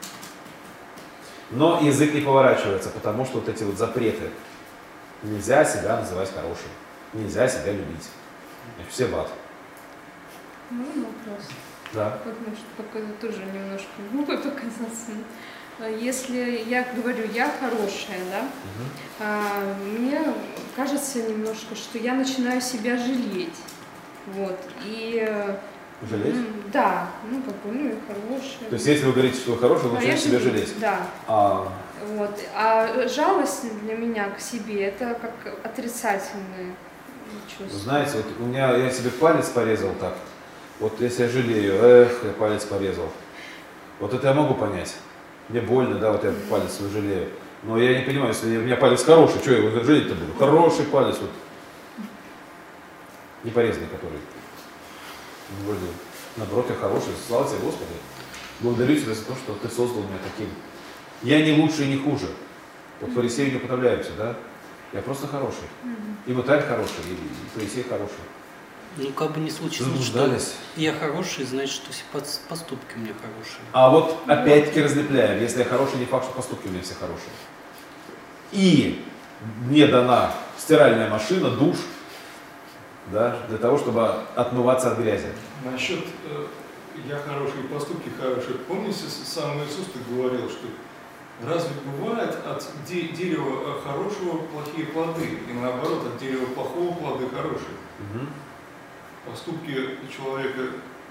S2: Но язык не поворачивается, потому что вот эти вот запреты. Нельзя себя называть хорошим, нельзя себя любить. И все в ад.
S8: Можно вопрос?
S2: Да.
S8: Вот может тоже немножко глупо показаться. Если я говорю, я хорошая, да, мне кажется немножко, что я начинаю себя жалеть. Вот. И
S2: жалеть?
S8: Да, ну как бы, ну и хорошая.
S2: То есть если вы говорите, что вы хороший, вы начинаете себя жалеть?
S8: Да. Вот. А жалость для меня к себе это как отрицательное чувство.
S2: Знаете, вот у меня, я себе палец порезал так. Вот если я жалею, я палец порезал. Вот это я могу понять. Мне больно, да, вот я палец свой жалею. Но я не понимаю, если у меня палец хороший, что я его жалеть-то буду? Хороший палец, вот. Не порезанный, который. Вроде, наоборот, я хороший. Слава тебе, Господи. Благодарю тебя за то, что ты создал меня таким. Я не лучше и не хуже. Вот фарисеи не уподобляются, да? Я просто хороший. И мытарь хороший, и фарисей хороший.
S6: Ну, как бы не случилось, что я хороший, значит, что все поступки у меня хорошие.
S2: А вот опять-таки разлепляем. Если я хороший, не факт, что поступки у меня все хорошие. И мне дана стиральная машина, душ, да, для того, чтобы отмываться от грязи.
S4: Насчет я хороший и поступки хорошие. Помните, сам Иисус говорил, что разве бывает от дерева хорошего плохие плоды, и наоборот, от дерева плохого плоды хорошие? Поступки человека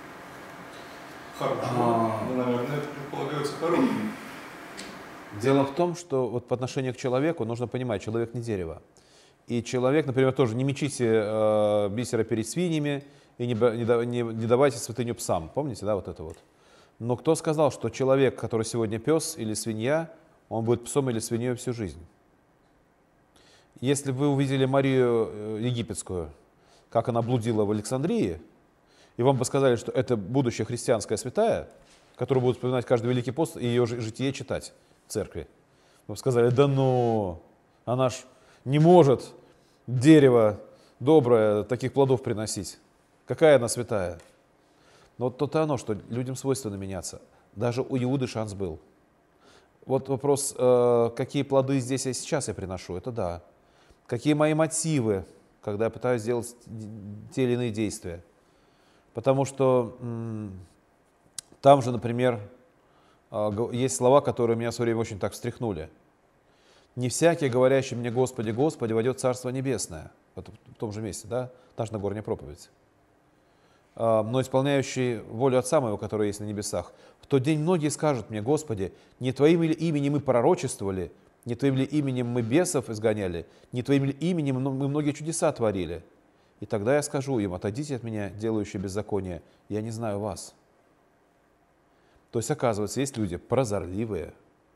S4: хорошего, наверное, это предполагается хорошим.
S2: Дело в том, что вот по отношению к человеку нужно понимать, человек не дерево. И человек, например, тоже не мечите бисера перед свиньями и не давайте святыню псам. Помните, да, вот это вот? Но кто сказал, что человек, который сегодня пес или свинья, он будет псом или свиньей всю жизнь? Если бы вы увидели Марию Египетскую, как она блудила в Александрии, и вам бы сказали, что это будущая христианская святая, которую будут вспоминать каждый Великий пост и ее житие читать в церкви. Вы бы сказали, да ну, она ж не может дерево доброе таких плодов приносить. Какая она святая? Но вот то-то оно, что людям свойственно меняться. Даже у Иуды шанс был. Вот вопрос, какие плоды здесь и сейчас я приношу, это да. Какие мои мотивы, когда я пытаюсь сделать те или иные действия. Потому что там же, например, есть слова, которые меня в свое время очень так встряхнули. «Не всякий, говорящий мне, Господи, Господи, войдет в Царство Небесное». Вот в том же месте, да? Та же Нагорная проповедь. «Но исполняющий волю Отца Моего, который есть на небесах. В тот день многие скажут мне, Господи, не Твоим ли именем мы пророчествовали, не Твоим ли именем мы бесов изгоняли, не Твоим ли именем мы многие чудеса творили? И тогда я скажу им, отойдите от меня, делающие беззаконие, я не знаю вас». То есть, оказывается, есть люди прозорливые,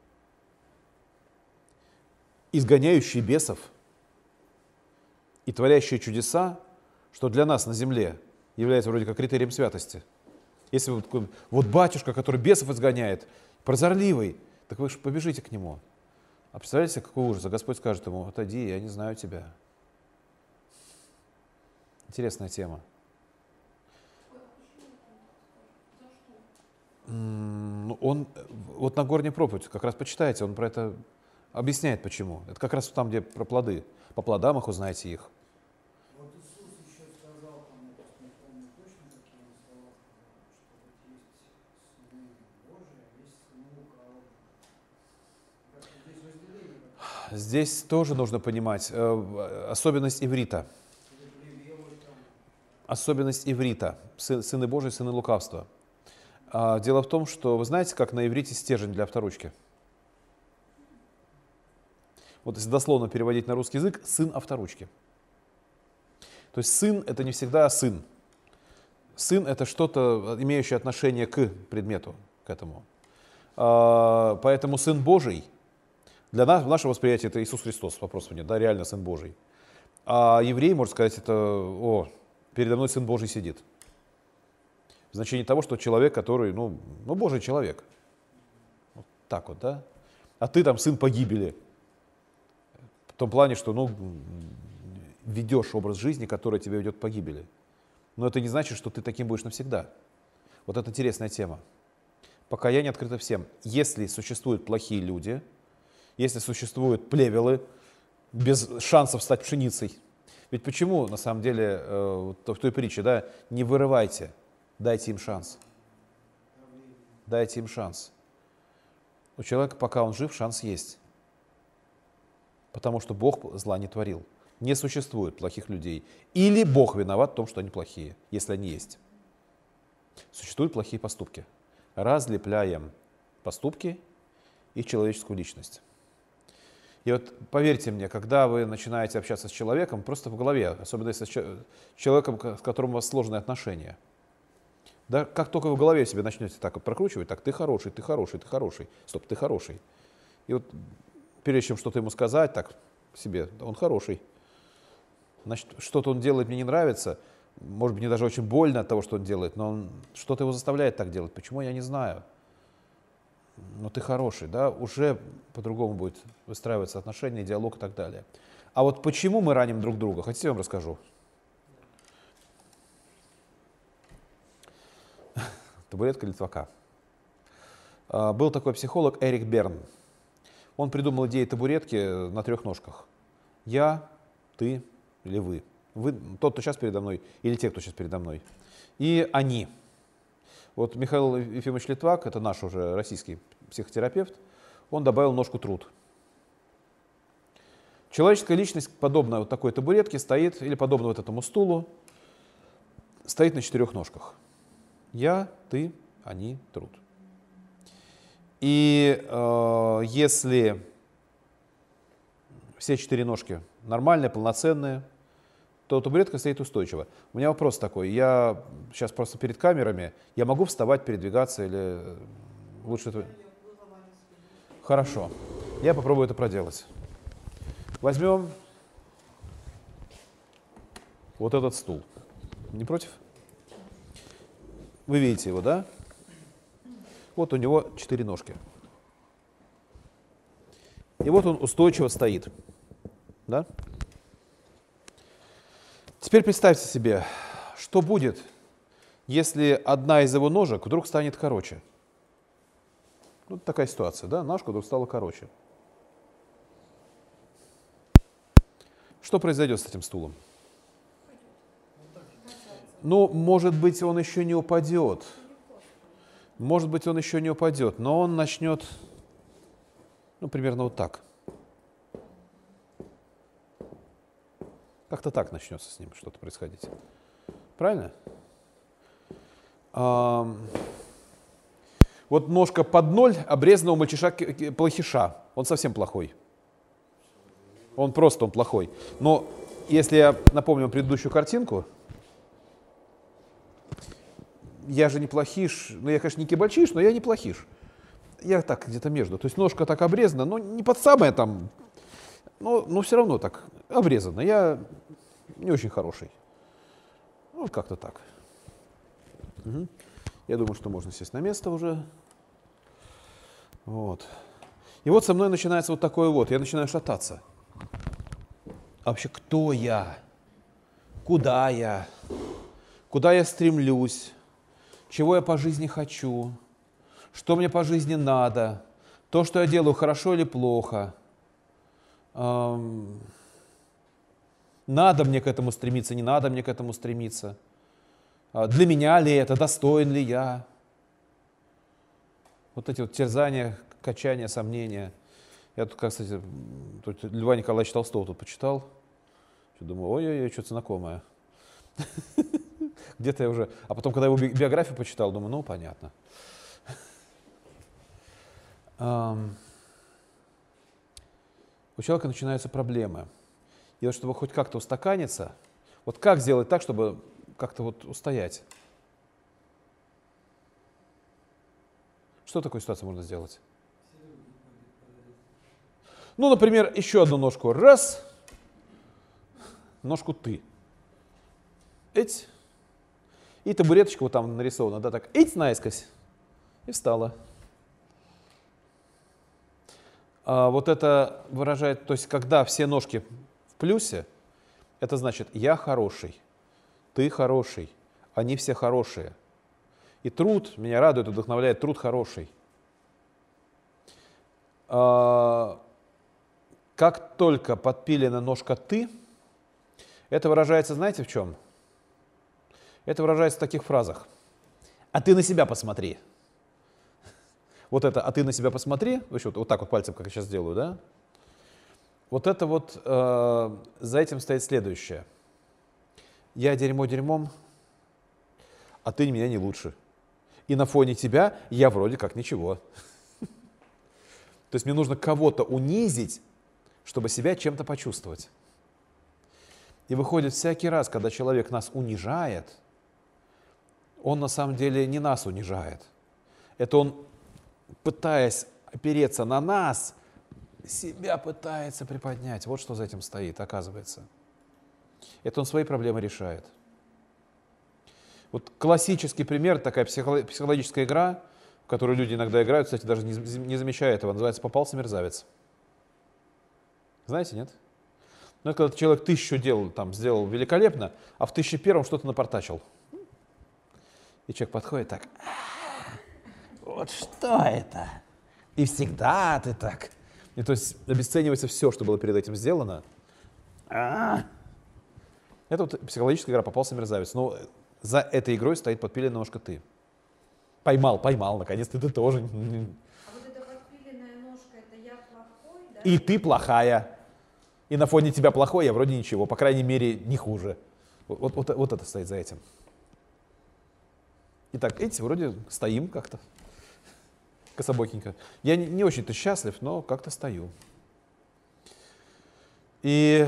S2: изгоняющие бесов и творящие чудеса, что для нас на земле является вроде как критерием святости. Если вот батюшка, который бесов изгоняет, прозорливый, так вы же побежите к нему. А представляете, какой ужас? А Господь скажет ему, отойди, я не знаю тебя. Интересная тема. Он, вот Нагорная проповедь, как раз почитайте, он про это объясняет, почему. Это как раз там, где про плоды. По плодам их узнаете их.
S7: Вот Иисус еще сказал, не помню точно, какие он слова, что вот есть сыны Божии, а есть сыны лукавого. Здесь разделение.
S2: Здесь тоже нужно понимать особенность иврита. Особенность иврита. Сыны Божии, сыны лукавства. Дело в том, что вы знаете, как на иврите стержень для авторучки? Вот если дословно переводить на русский язык, сын авторучки. То есть сын — это не всегда сын. Сын — это что-то, имеющее отношение к предмету, к этому. Поэтому сын Божий Для нас, в нашем восприятии это Иисус Христос, вопросов нет, да, реально Сын Божий. А еврей, можно сказать, это, передо мной Сын Божий сидит. В значении того, что человек, который, Божий человек. Вот так вот, да? А ты там сын погибели. В том плане, что, ведешь образ жизни, который тебя ведет к погибели. Но это не значит, что ты таким будешь навсегда. Вот это интересная тема. Покаяние открыто всем. Если существуют плохие люди, если существуют плевелы, без шансов стать пшеницей. Ведь почему, на самом деле, в той притче, да, не вырывайте, дайте им шанс. Дайте им шанс. У человека, пока он жив, шанс есть. Потому что Бог зла не творил. Не существует плохих людей. Или Бог виноват в том, что они плохие, если они есть. Существуют плохие поступки. Разлепляем поступки и человеческую личность. И вот поверьте мне, когда вы начинаете общаться с человеком, просто в голове, особенно если с человеком, с которым у вас сложные отношения, да, как только вы в голове себе начнете так вот прокручивать, так, ты хороший, ты хороший, ты хороший, стоп, ты хороший. И вот прежде чем что-то ему сказать, так, себе, он хороший. Значит, что-то он делает, мне не нравится, может быть, мне даже очень больно от того, что он делает, но что-то его заставляет так делать. Почему, я не знаю. Но ты хороший, да, уже по-другому будет выстраиваться отношения, диалог и так далее. А вот почему мы раним друг друга, хотите, я вам расскажу? Табуретка Литвака. Был такой психолог Эрик Берн. Он придумал идею табуретки на 3 ножках. Я, ты или вы. Вы, тот, кто сейчас передо мной, или те, кто сейчас передо мной. И они. Вот Михаил Ефимович Литвак, это наш уже российский психотерапевт, он добавил ножку труд. Человеческая личность, подобно вот такой табуретке, стоит, или подобно вот этому стулу, стоит на 4 ножках. Я, ты, они, труд. И если все 4 ножки нормальные, полноценные, то табуретка стоит устойчиво. У меня вопрос такой. Я сейчас просто перед камерами. Я могу вставать, передвигаться или лучше это... Хорошо. Я попробую это проделать. Возьмем вот этот стул. Не против? Вы видите его, да? Вот у него 4 ножки. И вот он устойчиво стоит. Да? Теперь представьте себе, что будет, если одна из его ножек вдруг станет короче. Вот такая ситуация, да? Ножка вдруг стала короче. Что произойдет с этим стулом? Ну, может быть, он еще не упадет. Может быть, он еще не упадет, но он начнет, примерно вот так. Как-то так начнется с ним что-то происходить. Правильно? Вот ножка под 0 обрезана у мальчиша-плохиша. Он совсем плохой. Он плохой. Но если я напомню предыдущую картинку, я же не плохиш, я, конечно, не кибальчиш, но я не плохиш. Я так где-то между. То есть ножка так обрезана, но не под самое там, но все равно так обрезана. Я не очень хороший. Вот как-то так. Угу. Я думаю, что можно сесть на место уже. Вот. И вот со мной начинается вот такое вот. Я начинаю шататься. А вообще, кто я? Куда я? Куда я стремлюсь? Чего я по жизни хочу? Что мне по жизни надо? То, что я делаю, хорошо или плохо? Надо мне к этому стремиться, не надо мне к этому стремиться? Для меня ли это? Достоин ли я? Вот эти вот терзания, качания, сомнения. Я тут, кстати, Льва Николаевича Толстого тут почитал. Думаю, ой-ой-ой, что-то знакомое. Где-то я уже... А потом, когда его биографию почитал, думаю, понятно. У человека начинаются проблемы. И вот чтобы хоть как-то устаканиться, вот как сделать так, чтобы как-то вот устоять? Что в такой ситуации можно сделать? Ну, например, еще одну ножку. Раз. Ножку ты. Эть. И табуреточка вот там нарисована, да, так. Эть наискось. И встала. Вот это выражает, то есть когда все ножки в плюсе, это значит я хороший, ты хороший, они все хорошие. И труд, меня радует, вдохновляет, труд хороший. Как только подпилена ножка ты, это выражается, знаете, в чем? Это выражается в таких фразах. А ты на себя посмотри. Вот это, а ты на себя посмотри, вот так вот пальцем, как я сейчас делаю, да? Вот это вот, за этим стоит следующее. Я дерьмо дерьмом, а ты меня не лучше. И на фоне тебя я вроде как ничего. То есть мне нужно кого-то унизить, чтобы себя чем-то почувствовать. И выходит, всякий раз, когда человек нас унижает, он на самом деле не нас унижает. Это он, пытаясь опереться на нас, себя пытается приподнять. Вот что за этим стоит, оказывается. Это он свои проблемы решает. Вот классический пример, такая психологическая игра, в которую люди иногда играют, кстати, даже не замечая этого, называется «Попался мерзавец». Знаете, нет? Ну, это когда человек 1000 дел там, сделал великолепно, а в 1001 что-то напортачил. И человек подходит так. Вот что это? И всегда ты так. И то есть обесценивается все, что было перед этим сделано. Это вот психологическая игра «Попался мерзавец». Но за этой игрой стоит подпиленная ножка ты. Поймал, наконец-то ты тоже.
S3: А вот эта подпиленная ножка, это я плохой, да?
S2: И ты плохая. И на фоне тебя плохой, я вроде ничего. По крайней мере, не хуже. Вот это стоит за этим. Итак, эти вроде стоим как-то. Кособокенько. Я не очень-то счастлив, но как-то стою. И...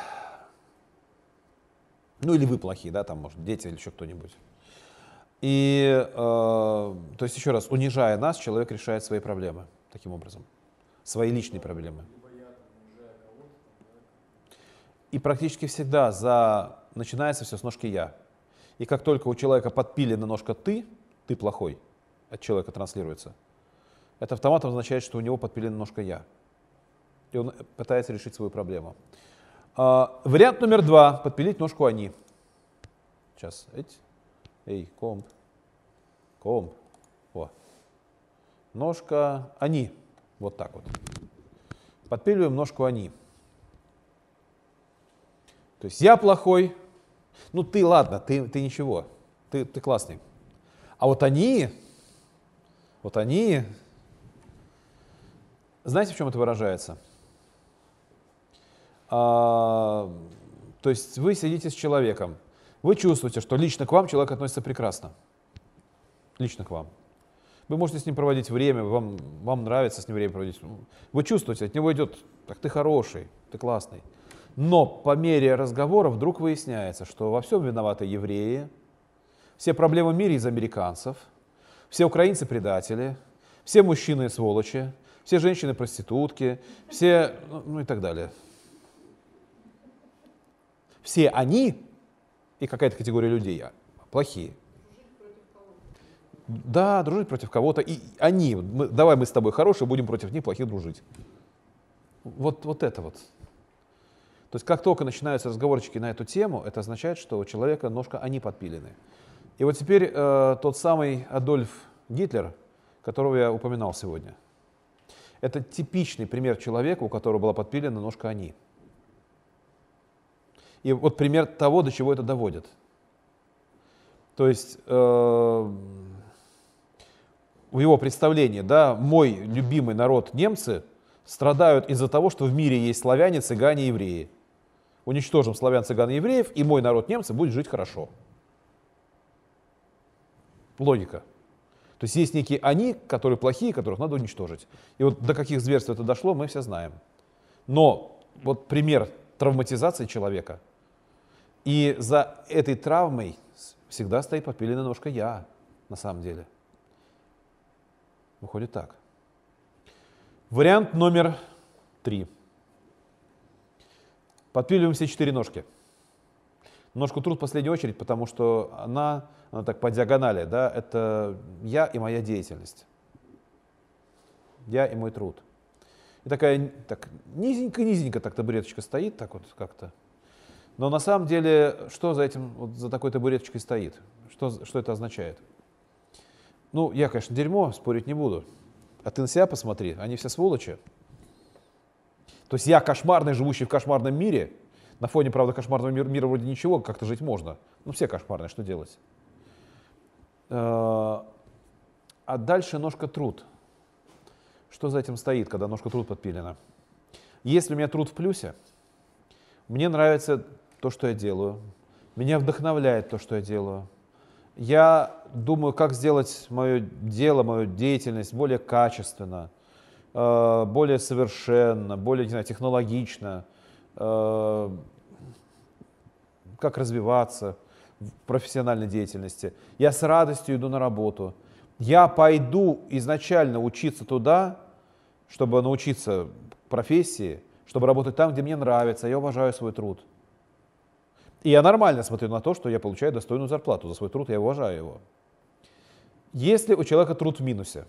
S2: Ну или вы плохие, да, там, может, дети или еще кто-нибудь. И, то есть, еще раз, унижая нас, человек решает свои проблемы таким образом. Свои личные проблемы. И практически всегда начинается все с ножки «я». И как только у человека подпилена ножка «ты», «ты плохой», от человека транслируется, это автоматом означает, что у него подпилена ножка «я». И он пытается решить свою проблему. Вариант номер 2. Подпилить ножку «они». Сейчас. Эй, комп. О. Ножка «они». Вот так вот. Подпиливаем ножку «они». То есть я плохой. Ну ты ладно, ты ничего. Ты классный. А вот они... Знаете, в чем это выражается? То есть вы сидите с человеком, вы чувствуете, что лично к вам человек относится прекрасно. Лично к вам. Вы можете с ним проводить время, вам нравится с ним время проводить. Вы чувствуете, от него идет, так ты хороший, ты классный. Но по мере разговора вдруг выясняется, что во всем виноваты евреи, все проблемы в мире из американцев, все украинцы предатели, все мужчины сволочи, все женщины проститутки, все, ну и так далее. Все они и какая-то категория людей плохие. Да, дружить против кого-то. И они, давай мы с тобой хорошие, будем против них плохих дружить. Вот это вот. То есть как только начинаются разговорчики на эту тему, это означает, что у человека ножка они подпилены. И вот теперь тот самый Адольф Гитлер, которого я упоминал сегодня. Это типичный пример человека, у которого была подпилена ножка они. И вот пример того, до чего это доводит. То есть в его представлении, да, мой любимый народ немцы страдают из-за того, что в мире есть славяне, цыгане, евреи. Уничтожим славян, цыган и евреев, и мой народ немцы будет жить хорошо. Логика. То есть есть некие они, которые плохие, которых надо уничтожить. И вот до каких зверств это дошло, мы все знаем. Но вот пример травматизации человека. И за этой травмой всегда стоит подпиленная ножка «я», на самом деле. Выходит так. Вариант номер 3. Подпиливаем все 4 ножки. Ножку труд в последнюю очередь, потому что она так по диагонали, да, это я и моя деятельность. Я и мой труд. И такая так, низенько так табуреточка стоит, так вот как-то. Но на самом деле, что за этим, вот за такой табуреточкой стоит? Что это означает? Ну, я, конечно, дерьмо, спорить не буду. А ты на себя посмотри, они все сволочи. То есть я кошмарный, живущий в кошмарном мире. На фоне, правда, кошмарного мира вроде ничего, как-то жить можно. Ну, все кошмарные, что делать? А дальше ножка труд. Что за этим стоит, когда ножка труд подпилена? Если у меня труд в плюсе, мне нравится то, что я делаю, меня вдохновляет то, что я делаю. Я думаю, как сделать мое дело, мою деятельность более качественно, более совершенно, более, не знаю, технологично, как развиваться в профессиональной деятельности. Я с радостью иду на работу. Я пойду изначально учиться туда, чтобы научиться профессии, чтобы работать там, где мне нравится. Я уважаю свой труд. И я нормально смотрю на то, что я получаю достойную зарплату за свой труд, я уважаю его. Если у человека труд в минусе,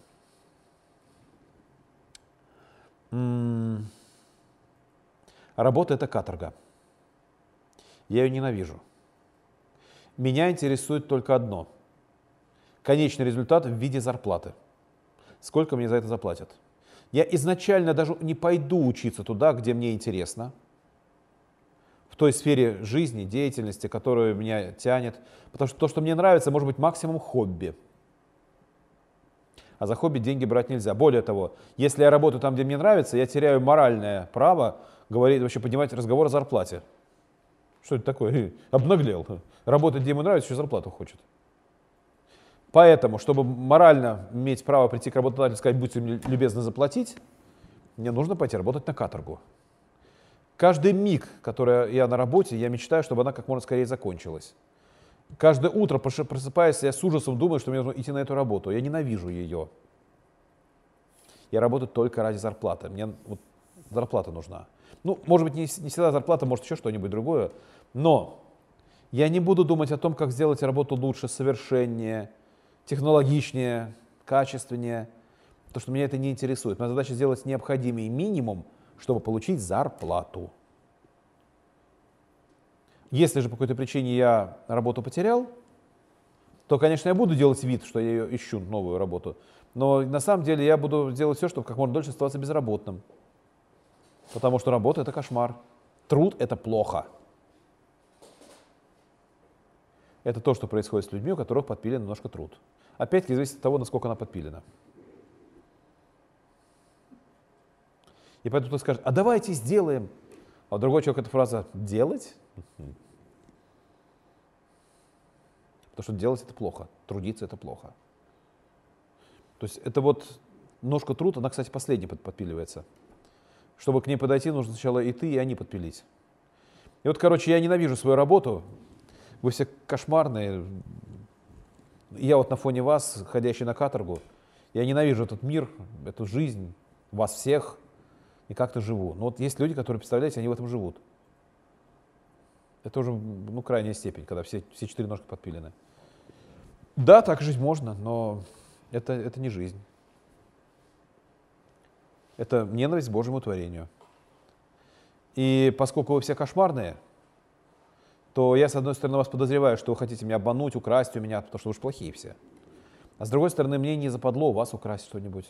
S2: работа — это каторга. Я ее ненавижу. Меня интересует только одно. Конечный результат в виде зарплаты. Сколько мне за это заплатят? Я изначально даже не пойду учиться туда, где мне интересно, в той сфере жизни, деятельности, которая меня тянет. Потому что то, что мне нравится, может быть максимум хобби. А за хобби деньги брать нельзя. Более того, если я работаю там, где мне нравится, я теряю моральное право говорить, вообще поднимать разговор о зарплате. Что это такое? Обнаглел. Работать, где ему нравится, еще зарплату хочет. Поэтому, чтобы морально иметь право прийти к работодателю и сказать, будьте мне любезны заплатить, мне нужно пойти работать на каторгу. Каждый миг, который я на работе, я мечтаю, чтобы она как можно скорее закончилась. Каждое утро, просыпаясь, я с ужасом думаю, что мне нужно идти на эту работу. Я ненавижу ее. Я работаю только ради зарплаты. Мне вот зарплата нужна. Ну, может быть, не всегда зарплата, может еще что-нибудь другое. Но я не буду думать о том, как сделать работу лучше, совершеннее, технологичнее, качественнее. Потому что меня это не интересует. Моя задача сделать необходимый минимум, чтобы получить зарплату. Если же по какой-то причине я работу потерял, то, конечно, я буду делать вид, что я ее ищу, новую работу. Но на самом деле я буду делать все, чтобы как можно дольше оставаться безработным. Потому что работа — это кошмар. Труд — это плохо. Это то, что происходит с людьми, у которых подпилен немножко труд. Опять-таки зависит от того, насколько она подпилена. И поэтому кто-то скажет, а давайте сделаем. А у другого человека эта фраза «делать»? Потому что делать — это плохо, трудиться — это плохо. То есть это вот ножка труд, она, кстати, последней подпиливается. Чтобы к ней подойти, нужно сначала и ты, и они подпилить. И вот, короче, я ненавижу свою работу. Вы все кошмарные. Я вот на фоне вас, ходящий на каторгу, я ненавижу этот мир, эту жизнь, вас всех, и как-то живу. Но вот есть люди, которые, представляете, они в этом живут. Это уже, ну, крайняя степень, когда все 4 ножки подпилены. Да, так жить можно, но это не жизнь. Это ненависть к Божьему творению. И поскольку вы все кошмарные, то я, с одной стороны, вас подозреваю, что вы хотите меня обмануть, украсть у меня, потому что вы же плохие все. А с другой стороны, мне не западло у вас украсть что-нибудь.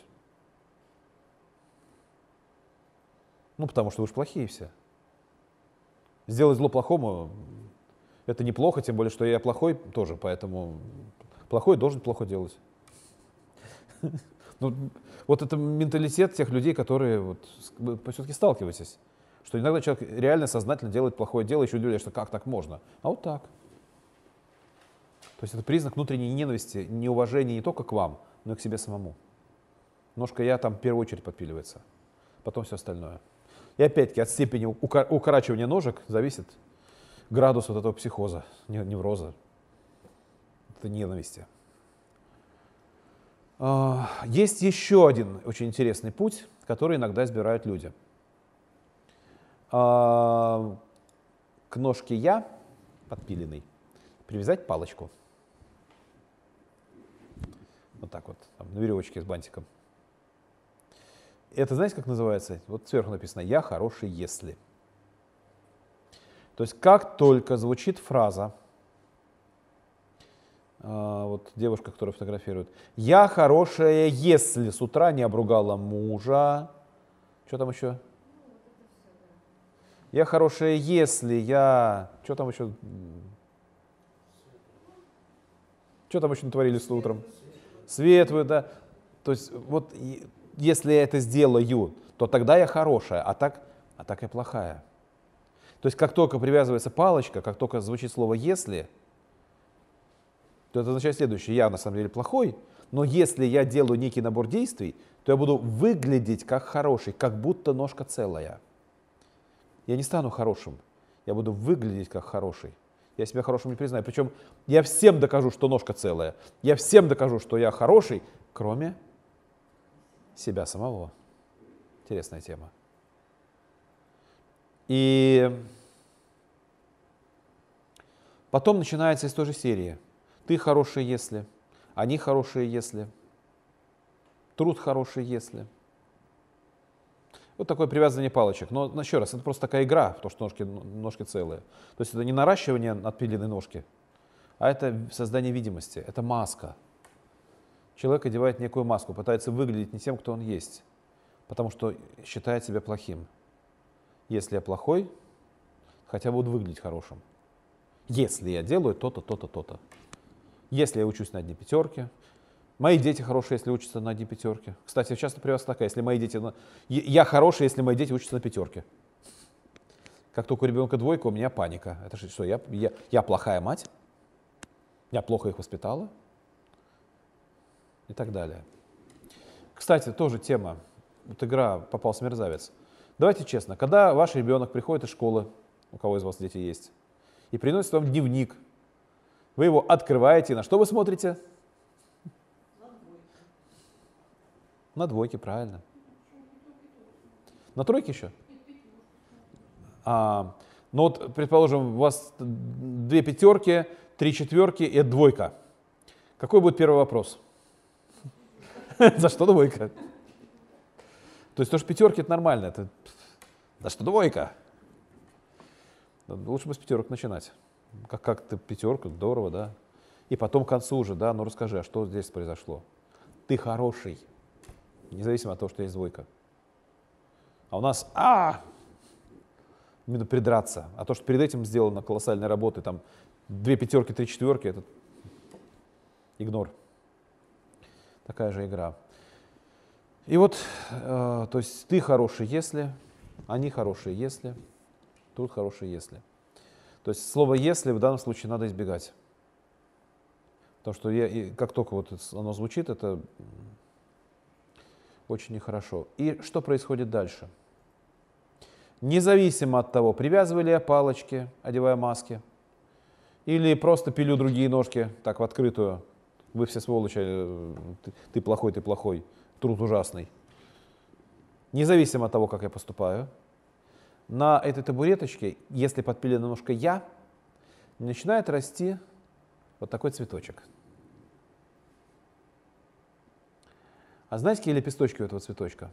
S2: Ну, потому что вы же плохие все. Сделать зло плохому — это неплохо, тем более, что я плохой тоже, поэтому плохой должен плохо делать. Ну, вот это менталитет тех людей, которые вот, вы все-таки сталкиваетесь. Что иногда человек реально сознательно делает плохое дело, еще удивляешься, как так можно. А вот так. То есть это признак внутренней ненависти, неуважения не только к вам, но и к себе самому. Ножка «я» там в первую очередь подпиливается, потом все остальное. И опять-таки от степени укорачивания ножек зависит градус вот этого психоза, невроза, это ненависти. Есть еще один очень интересный путь, который иногда избирают люди. к ножке «я», подпиленной, привязать палочку. Вот так вот, там, на веревочке с бантиком. Это знаете, как называется? Вот сверху написано «я хороший, если». То есть как только звучит фраза, вот девушка, которая фотографирует, «я хорошая, если с утра не обругала мужа». Что там еще? «Я хорошая, если я...» Что там еще? Что там еще натворили с утром? Свет вы, да. То есть вот если я это сделаю, то тогда я хорошая, а так я плохая. То есть как только привязывается палочка, как только звучит слово «если», то это означает следующее. Я на самом деле плохой, но если я делаю некий набор действий, то я буду выглядеть как хороший, как будто ножка целая. Я не стану хорошим, я буду выглядеть как хороший. Я себя хорошим не признаю. Причем я всем докажу, что ножка целая. Я всем докажу, что я хороший, кроме себя самого. Интересная тема. И потом начинается из той же серии. Ты хороший, если. Они хорошие, если. Труд хороший, если. Вот такое привязывание палочек. Но еще раз, это просто такая игра, потому что ножки целые. То есть это не наращивание отпиленной ножки, а это создание видимости, это маска. Человек одевает некую маску, пытается выглядеть не тем, кто он есть, потому что считает себя плохим. Если я плохой, хотя бы буду выглядеть хорошим. Если я делаю то-то, то-то, то-то. Если я учусь на одни пятерки. Мои дети хорошие, если учатся на одни пятерки. Кстати, часто привязка такая, если мои дети... Я хороший, если мои дети учатся на пятерке. Как только у ребенка двойка, у меня паника. Это же что, я плохая мать? Я плохо их воспитала? И так далее. Кстати, тоже тема. Вот игра «Попался мерзавец». Давайте честно, когда ваш ребенок приходит из школы, у кого из вас дети есть, и приносит вам дневник, вы его открываете, на что вы смотрите? На двойке, правильно. На тройке еще? Ну вот, предположим, у вас 2 пятерки, 3 четверки и двойка. Какой будет первый вопрос? За что двойка? То есть то, что пятерки, это нормально. Это за что двойка? Лучше бы с пятерок начинать. Как-то пятерка, здорово, да? И потом к концу уже, да, ну расскажи, а что здесь произошло? Ты хороший. Независимо от того, что есть двойка. А у нас именно придраться. А то, что перед этим сделано колоссальной работы, там 2 пятерки, 3 четверки, это игнор. Такая же игра. И вот, то есть ты хороший, если, они хорошие, если, тут хорошие, если. То есть слово «если» в данном случае надо избегать. Потому что как только вот оно звучит, это очень нехорошо. И что происходит дальше? Независимо от того, привязываю ли я палочки, одевая маски, или просто пилю другие ножки так в открытую. Вы все сволочи, ты плохой, труд ужасный. Независимо от того, как я поступаю, на этой табуреточке, если подпилена ножка «я», начинает расти вот такой цветочек. А знаете, какие лепесточки у этого цветочка?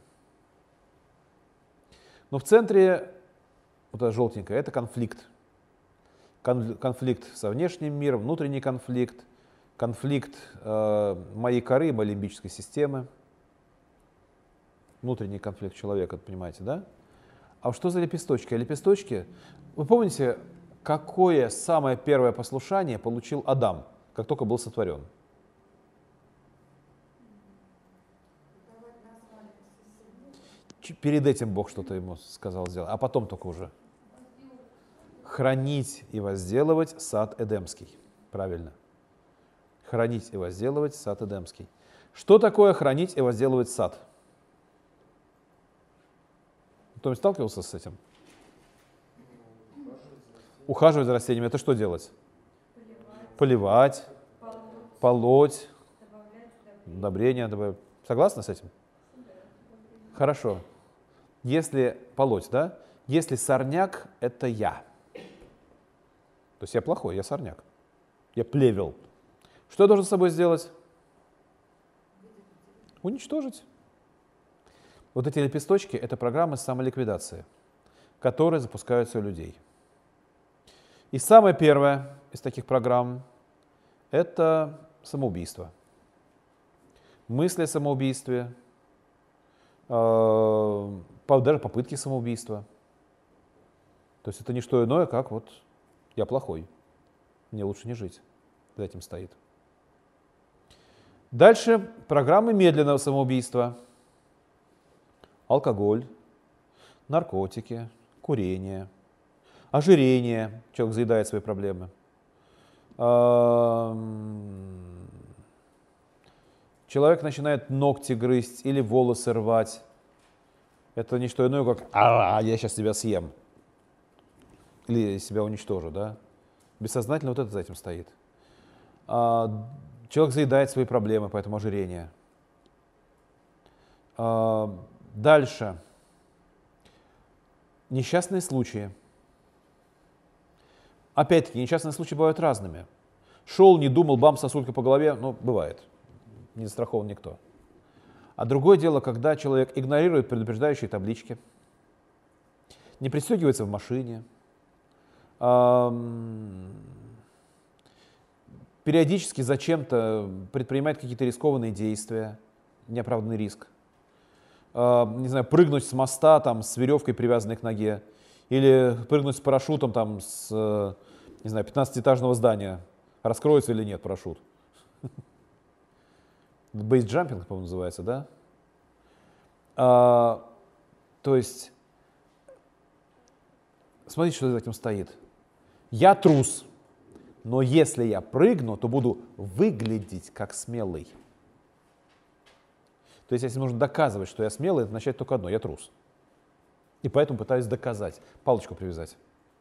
S2: Но в центре, вот это желтенькое, это конфликт. Конфликт со внешним миром, внутренний конфликт, конфликт моей коры, моей лимбической системы. Внутренний конфликт человека, понимаете, да? А что за лепесточки? А лепесточки, вы помните, какое самое первое послушание получил Адам, как только был сотворен? Перед этим Бог что-то ему сказал сделать, а потом только уже. Хранить и возделывать сад Эдемский. Правильно. Хранить и возделывать сад Эдемский. Что такое хранить и возделывать сад? Кто-нибудь сталкивался с этим? Ухаживать за растениями. Это что делать? Поливать, полоть, удобрения добавлять. Согласны с этим? Хорошо. Если полоть, да? Если сорняк – это я. То есть я плохой, я сорняк. Я плевел. Что я должен с собой сделать? Уничтожить. Вот эти лепесточки — это программы самоликвидации, которые запускаются у людей. И самое первое из таких программ — это самоубийство. Мысли о самоубийстве, даже попытки самоубийства. То есть это не что иное, как вот я плохой, мне лучше не жить. За этим стоит. Дальше программы медленного самоубийства. Алкоголь, наркотики, курение, ожирение. Человек заедает свои проблемы. Человек начинает ногти грызть или волосы рвать. Это не что иное, как я сейчас тебя съем. Или себя уничтожу, да? Бессознательно вот это за этим стоит. Человек заедает свои проблемы, поэтому ожирение. Дальше. Несчастные случаи. Опять-таки, несчастные случаи бывают разными. Шел, не думал, бам, сосулькой по голове, ну, бывает. Не застрахован никто. А другое дело, когда человек игнорирует предупреждающие таблички, не пристегивается в машине, периодически зачем-то предпринимает какие-то рискованные действия, неоправданный риск. Не знаю, прыгнуть с моста там, с веревкой, привязанной к ноге, или прыгнуть с парашютом там, с, не знаю, 15-этажного здания. Раскроется или нет парашют. Бейсджампинг, по-моему, называется, да? То есть, смотрите, что за этим стоит. Я трус, но если я прыгну, то буду выглядеть как смелый. То есть, если нужно доказывать, что я смелый, это означает только одно — я трус. И поэтому пытаюсь доказать, палочку привязать.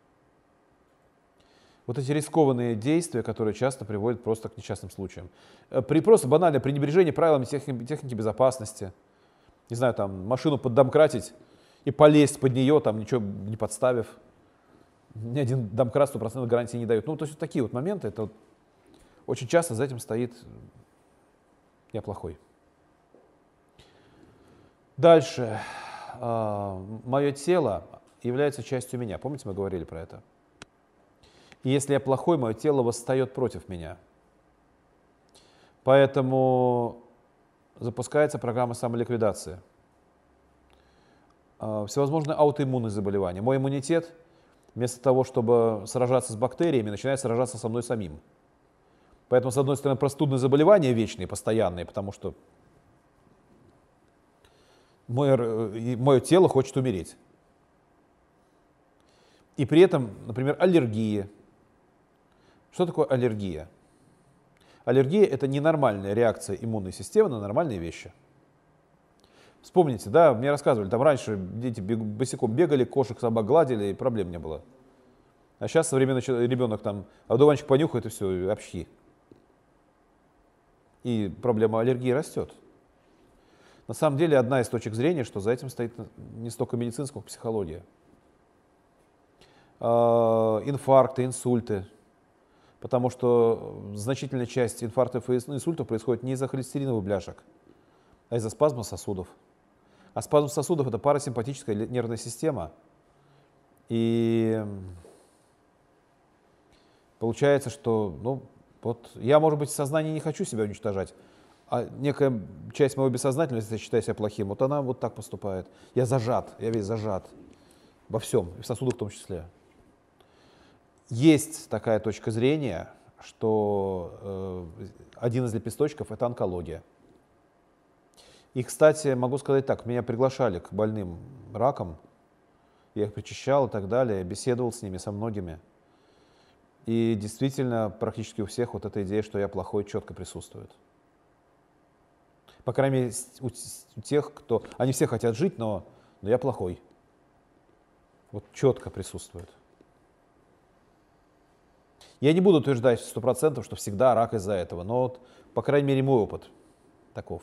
S2: Вот эти рискованные действия, которые часто приводят просто к несчастным случаям. При просто банальное пренебрежение правилами техники безопасности. Не знаю, там, машину поддомкратить и полезть под нее, там, ничего не подставив. Ни один домкрат 100% гарантии не дает. Ну, то есть вот такие вот моменты, это вот очень часто за этим стоит я плохой. Дальше. Мое тело является частью меня. Помните, мы говорили про это? И если я плохой, мое тело восстает против меня. Поэтому запускается программа самоликвидации. Всевозможные аутоиммунные заболевания. Мой иммунитет, вместо того, чтобы сражаться с бактериями, начинает сражаться со мной самим. Поэтому, с одной стороны, простудные заболевания вечные, постоянные, потому что мое тело хочет умереть. И при этом, например, аллергии. Что такое аллергия? Аллергия — это ненормальная реакция иммунной системы на нормальные вещи. Вспомните, да, мне рассказывали, там раньше дети босиком бегали, кошек, собак гладили, и проблем не было. А сейчас современный ребенок там одуванчик понюхает, и все, общи. И проблема аллергии растет. На самом деле, одна из точек зрения, что за этим стоит не столько медицинская, сколько психология. Инфаркты, инсульты. Потому что значительная часть инфарктов и инсультов происходит не из-за холестериновых бляшек, а из-за спазма сосудов. А спазм сосудов — это парасимпатическая нервная система. И получается, что вот я, может быть, в сознании не хочу себя уничтожать, а некая часть моего бессознательного, если я считаю себя плохим, вот она вот так поступает. Я зажат, я весь зажат во всем, и в сосудах в том числе. Есть такая точка зрения, что один из лепесточков — это онкология. И, кстати, могу сказать так, меня приглашали к больным раком, я их причащал и так далее, беседовал с ними, со многими. И действительно, практически у всех вот эта идея, что я плохой, четко присутствует. По крайней мере, у тех, кто... Они все хотят жить, но я плохой. Вот четко присутствует. Я не буду утверждать 100%, что всегда рак из-за этого, но вот, по крайней мере, мой опыт таков.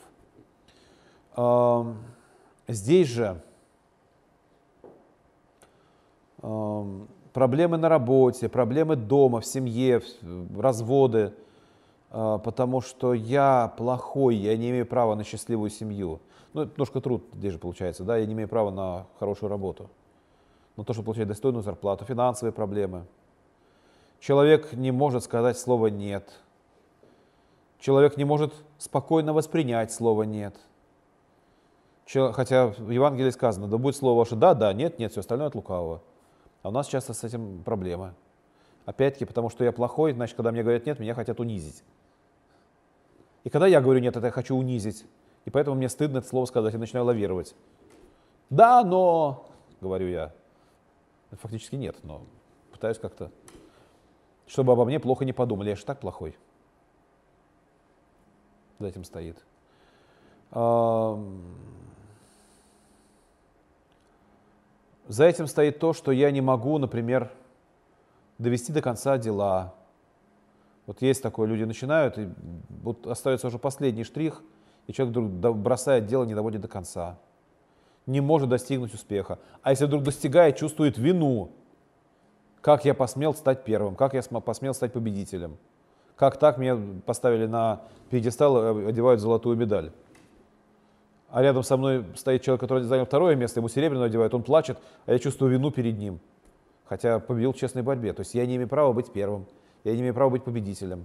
S2: Здесь же проблемы на работе, проблемы дома, в семье, разводы, потому что я плохой, я не имею права на счастливую семью. Ну, это немножко труд здесь же получается, да, я не имею права на хорошую работу. На то, чтобы получать достойную зарплату, финансовые проблемы. Человек не может сказать слово «нет». Человек не может спокойно воспринять слово «нет». Хотя в Евангелии сказано, да будет слово ваше «да», «да», «нет», «нет», все остальное от лукавого. А у нас часто с этим проблемы. Опять-таки, потому что я плохой, значит, когда мне говорят «нет», меня хотят унизить. И когда я говорю «нет», это я хочу унизить. И поэтому мне стыдно это слово сказать, я начинаю лавировать. «Да, но», говорю я. Это фактически «нет», но пытаюсь как-то, чтобы обо мне плохо не подумали. Я же так плохой. За этим стоит. За этим стоит то, что я не могу, например, довести до конца дела. Вот есть такое, люди начинают, и вот остается уже последний штрих, и человек вдруг бросает дело, не доводит до конца. Не может достигнуть успеха. А если вдруг достигает, чувствует вину. Как я посмел стать первым, как я посмел стать победителем. Как так меня поставили на пьедестал и одевают золотую медаль. А рядом со мной стоит человек, который занял второе место, ему серебряную одевают, он плачет, а я чувствую вину перед ним. Хотя победил в честной борьбе. То есть я не имею права быть первым, я не имею права быть победителем.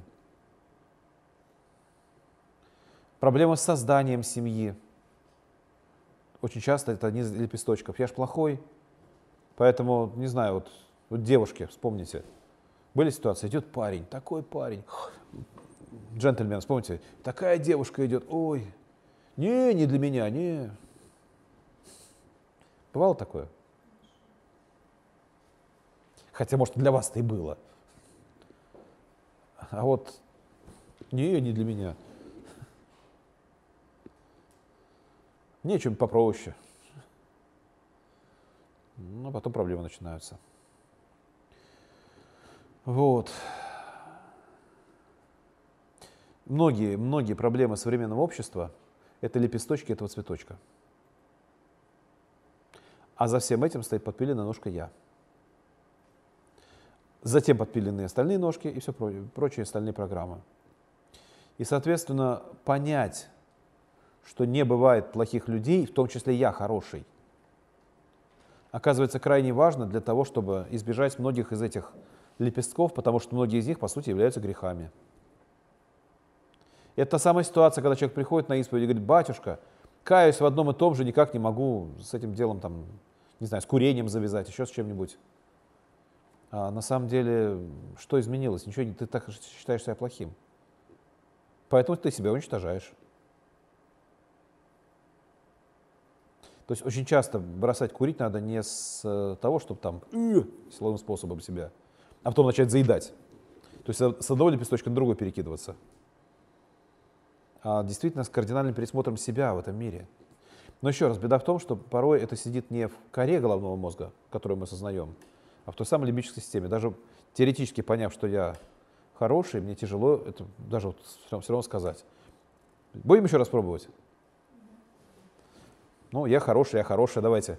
S2: Проблемы с созданием семьи. Очень часто это не из лепесточков. Я ж плохой, поэтому, не знаю, вот девушки, вспомните. Были ситуации, идет парень, такой парень, джентльмен, вспомните, такая девушка идет, ой, не для меня, не. Бывало такое? Хотя, может, для вас-то и было. А вот не для меня. Не, что-нибудь попроще. Ну, потом проблемы начинаются. Вот. Многие проблемы современного общества – это лепесточки этого цветочка. А за всем этим стоит подпиленная ножка «я». Затем подпилены остальные ножки и все прочие остальные программы. И, соответственно, понять, что не бывает плохих людей, в том числе я хороший, оказывается крайне важно для того, чтобы избежать многих из этих лепестков, потому что многие из них, по сути, являются грехами. Это та самая ситуация, когда человек приходит на исповедь и говорит: батюшка, каюсь в одном и том же, никак не могу с этим делом, там, не знаю, с курением завязать, еще с чем-нибудь. А на самом деле, что изменилось? Ничего, ты так считаешь себя плохим. Поэтому ты себя уничтожаешь. То есть очень часто бросать курить надо не с того, чтобы там силовым способом себя, а потом начать заедать. То есть с одного лепесточка на другой перекидываться. А действительно с кардинальным пересмотром себя в этом мире. Но еще раз, беда в том, что порой это сидит не в коре головного мозга, которую мы сознаем, а в той самой лимбической системе. Даже теоретически поняв, что я хороший, мне тяжело это даже вот все равно сказать. Будем еще раз пробовать? Ну, я хорошая, давайте.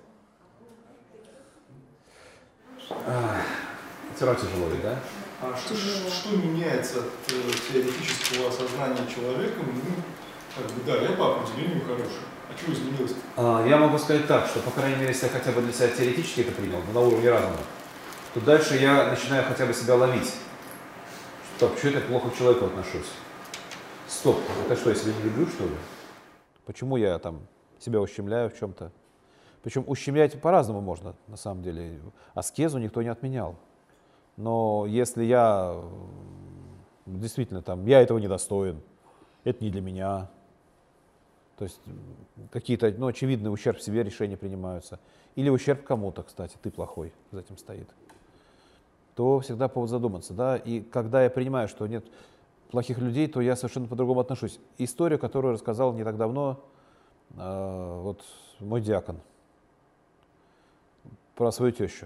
S2: Все равно тяжело, да?
S4: А что меняется от теоретического осознания человека? Ну, как бы, да, я по определению хороший. А что изменилось?
S2: Я могу сказать так, что, по крайней мере, если я хотя бы для себя теоретически это принял, на уровне разума, то дальше я начинаю хотя бы себя ловить. Стоп, что я так плохо к человеку отношусь? Стоп, это что, я себя не люблю, что ли? Почему я там себя ущемляю в чем-то? Причем ущемлять по-разному можно, на самом деле. Аскезу никто не отменял. Но если я действительно там, я этого недостоин, это не для меня, то есть какие-то, очевидный ущерб себе решения принимаются, или ущерб кому-то, кстати, ты плохой, за этим стоит, то всегда повод задуматься, да, и когда я принимаю, что нет плохих людей, то я совершенно по-другому отношусь. Историю, которую рассказал не так давно вот мой диакон про свою тещу.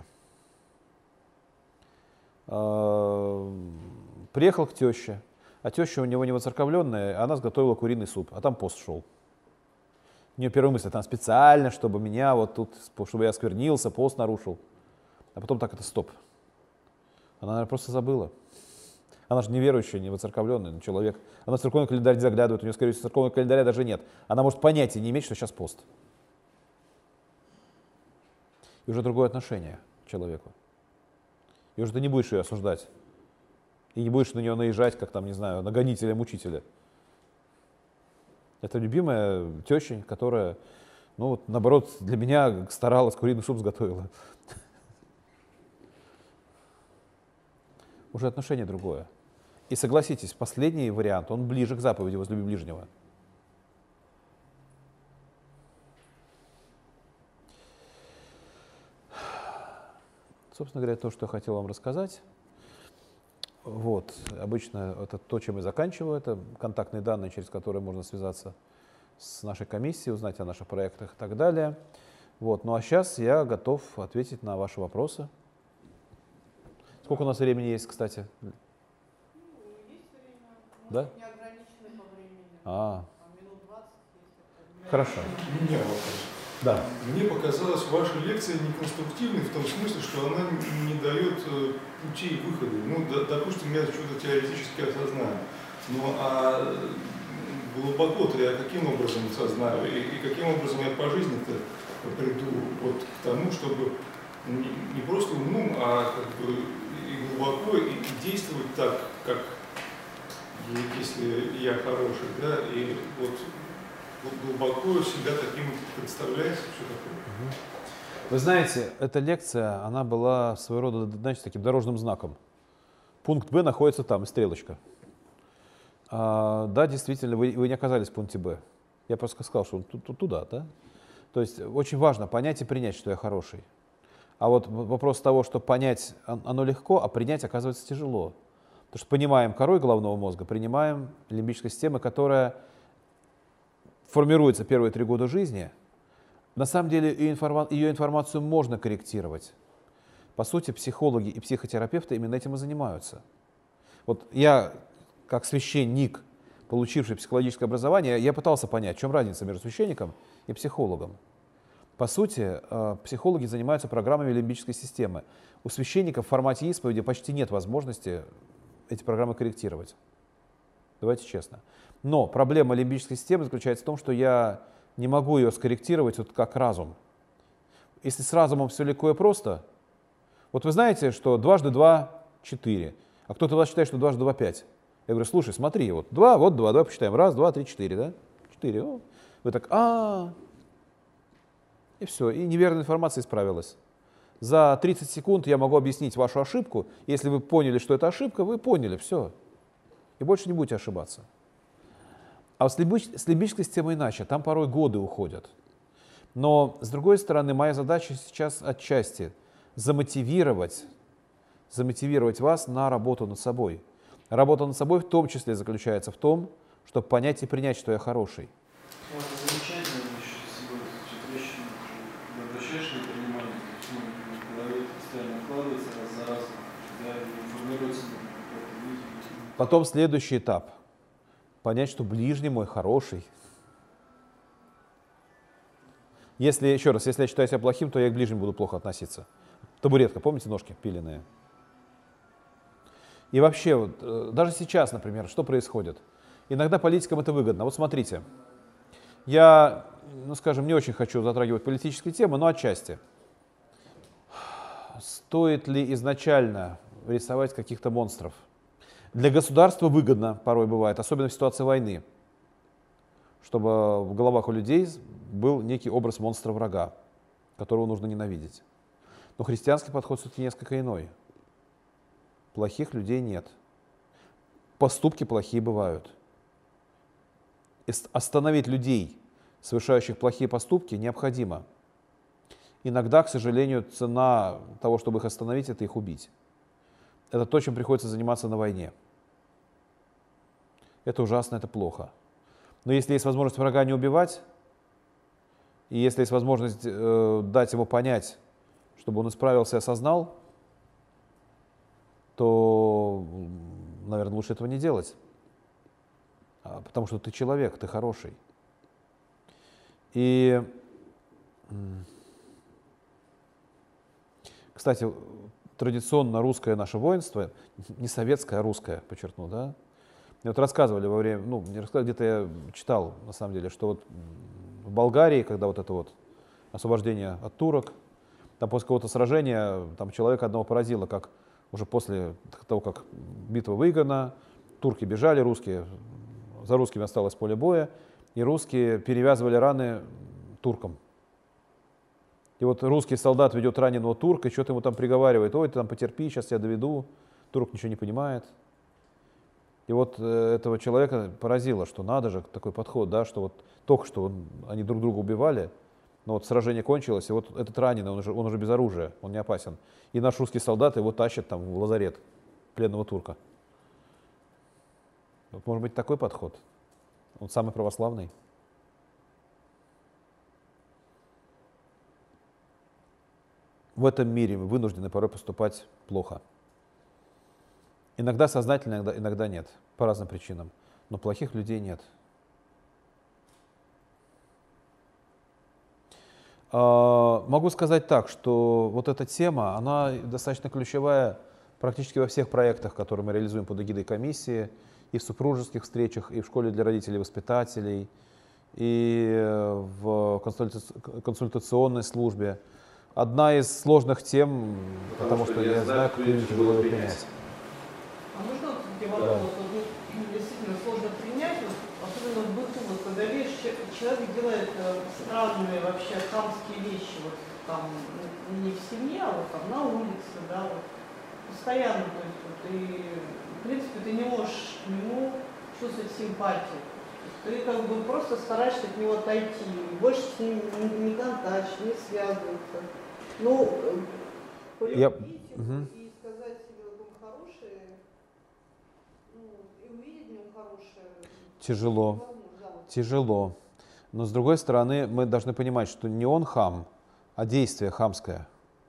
S2: Приехал к теще, а теща у него не воцерковленная, она сготовила куриный суп, а там пост шел. У нее первая мысль: там специально, чтобы меня вот тут, чтобы я осквернился, пост нарушил. А потом так: это стоп. Она, наверное, просто забыла. Она же неверующая, не воцерковленный человек. Она в церковный календарь не заглядывает, у нее, скорее всего, церковного календаря даже нет. Она может понятия не иметь, что сейчас пост. И уже другое отношение к человеку. И уже ты не будешь ее осуждать. И не будешь на нее наезжать, как там, не знаю, на гонителя, мучителя. Это любимая теща, которая, ну вот, наоборот, для меня старалась, куриный суп сготовила. Уже отношение другое. И согласитесь, последний вариант, он ближе к заповеди «возлюби ближнего». Собственно говоря, то, что я хотел вам рассказать. Вот. Обычно это то, чем я заканчиваю. Это контактные данные, через которые можно связаться с нашей комиссией, узнать о наших проектах и так далее. Вот. Ну а сейчас я готов ответить на ваши вопросы. Сколько у нас времени есть, кстати?
S9: Есть время,
S2: да?
S9: Неограниченное по времени. Минут 20 есть.
S2: Хорошо.
S4: У меня вопрос.
S2: Да.
S4: Мне показалась ваша лекция неконструктивной в том смысле, что она не дает путей выхода. Ну, допустим, я что-то теоретически осознаю. Ну, а глубоко-то я каким образом осознаю? И каким образом я по жизни-то приду вот к тому, чтобы не просто умом, а как бы и глубоко, и действовать так, как если я хороший, да, и вот глубоко себя таким представляете, что такое?
S2: Вы знаете, эта лекция, она была своего рода, значит, таким дорожным знаком. Пункт Б находится там, стрелочка. Да, действительно, вы не оказались в пункте Б. Я просто сказал, что туда, да? То есть очень важно понять и принять, что я хороший. А вот вопрос того, что понять оно легко, а принять оказывается тяжело. Потому что понимаем корой головного мозга, принимаем лимбической системы, которая формируется первые 3 года жизни. На самом деле ее информацию можно корректировать. По сути, психологи и психотерапевты именно этим и занимаются. Вот я, как священник, получивший психологическое образование, я пытался понять, в чем разница между священником и психологом. По сути, психологи занимаются программами лимбической системы. У священников в формате исповеди почти нет возможности эти программы корректировать. Давайте честно. Но проблема лимбической системы заключается в том, что я не могу ее скорректировать вот как разум. Если с разумом все легко и просто, вот вы знаете, что 2 × 2 = 4, а кто-то вас считает, что 2 × 2 = 5. Я говорю, слушай, смотри, вот 2, вот 2, давай посчитаем. 1, 2, 3, 4, да? 4. О. Вы так, и все, и неверная информация исправилась. За 30 секунд я могу объяснить вашу ошибку. Если вы поняли, что это ошибка, вы поняли, все. И больше не будете ошибаться. А вот с лимбической системой иначе, там порой годы уходят. Но, с другой стороны, моя задача сейчас отчасти замотивировать вас на работу над собой. Работа над собой в том числе заключается в том, чтобы понять и принять, что я хороший.
S10: Это замечательно, еще сегодня вещи, когда обращаешь на понимание, в голове постоянно откладывается раз за разом, да, и формируется какое-то видение.
S2: Потом следующий этап. Понять, что ближний мой хороший. Если, еще раз, если я считаю себя плохим, то я к ближним буду плохо относиться. Табуретка, помните, ножки пиленные? И вообще, вот, даже сейчас, например, что происходит? Иногда политикам это выгодно. Вот смотрите, я, скажем, не очень хочу затрагивать политические темы, но отчасти. Стоит ли изначально рисовать каких-то монстров? Для государства выгодно, порой бывает, особенно в ситуации войны, чтобы в головах у людей был некий образ монстра-врага, которого нужно ненавидеть. Но христианский подход все-таки несколько иной. Плохих людей нет. Поступки плохие бывают. И остановить людей, совершающих плохие поступки, необходимо. Иногда, к сожалению, цена того, чтобы их остановить, это их убить. Это то, чем приходится заниматься на войне. Это ужасно, это плохо. Но если есть возможность врага не убивать, и если есть возможность дать ему понять, чтобы он исправился и осознал, то, наверное, лучше этого не делать. Потому что ты человек, ты хороший. И, кстати, традиционно русское наше воинство, не советское, а русское, подчеркну, да. Мне вот рассказывали во время, ну, мне рассказывали, где-то я читал, на самом деле, что вот в Болгарии, когда вот это вот освобождение от турок, там после какого-то сражения, там человека одного поразило, как уже после того, как битва выиграна, турки бежали, русские, за русскими осталось поле боя, и русские перевязывали раны туркам. И вот русский солдат ведет раненого турка, и что-то ему там приговаривает: ой, ты там потерпи, сейчас я доведу. Турк ничего не понимает. И вот этого человека поразило, что надо же такой подход, да, что вот только что они друг друга убивали, но вот сражение кончилось, и вот этот раненый, он уже без оружия, он не опасен. И наш русский солдат его тащит там в лазарет, пленного турка. Вот может быть такой подход. Он самый православный. В этом мире мы вынуждены порой поступать плохо. Иногда сознательно, иногда нет, по разным причинам. Но плохих людей нет. Могу сказать так, что вот эта тема, она достаточно ключевая практически во всех проектах, которые мы реализуем под эгидой комиссии, и в супружеских встречах, и в школе для родителей и воспитателей, и в консультационной службе. Одна из сложных тем, потому что я знаю, как люди тяжело ее принять.
S9: А можно вот где вопрос? Вот, действительно сложно принять, вот, особенно в быту, вот, когда видишь, человек делает странные вообще хамские вещи, вот там не в семье, а вот там на улице, да, вот, постоянно, то есть, вот, и в принципе ты не можешь к нему чувствовать симпатию. Ты как бы просто стараешься от него отойти, больше с ним не контактишь, не связываться. Ну, полюбить его и сказать себе, вот он хороший, ну, и увидеть в нем хорошее.
S2: Тяжело. Тяжело. Но с другой стороны, мы должны понимать, что не он хам, а действие хамское.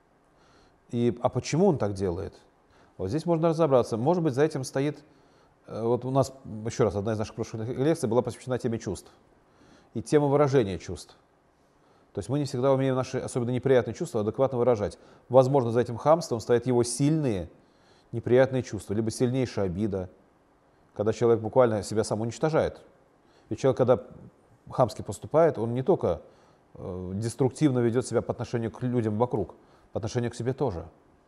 S2: А почему он так делает? Вот здесь можно разобраться. Может быть, за этим стоит... Вот у нас, еще раз, одна из наших прошлых лекций была посвящена теме чувств. И теме выражения чувств. То есть мы не всегда умеем наши особенно неприятные чувства адекватно выражать. Возможно, за этим хамством стоят его сильные неприятные чувства, либо сильнейшая обида, когда человек буквально себя сам уничтожает. Ведь человек, когда хамски поступает, он не только деструктивно ведет себя по отношению к людям вокруг, по отношению к себе тоже.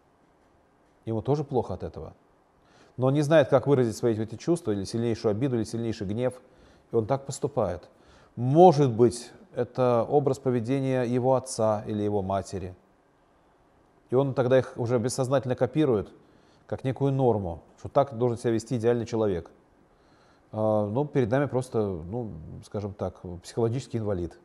S2: Ему тоже плохо от этого. Но он не знает, как выразить свои эти чувства, или сильнейшую обиду, или сильнейший гнев, и он так поступает. Может быть, это образ поведения его отца или его матери. И он тогда их уже бессознательно копирует, как некую норму, что так должен себя вести идеальный человек. Ну, перед нами просто, ну, скажем так, психологический инвалид.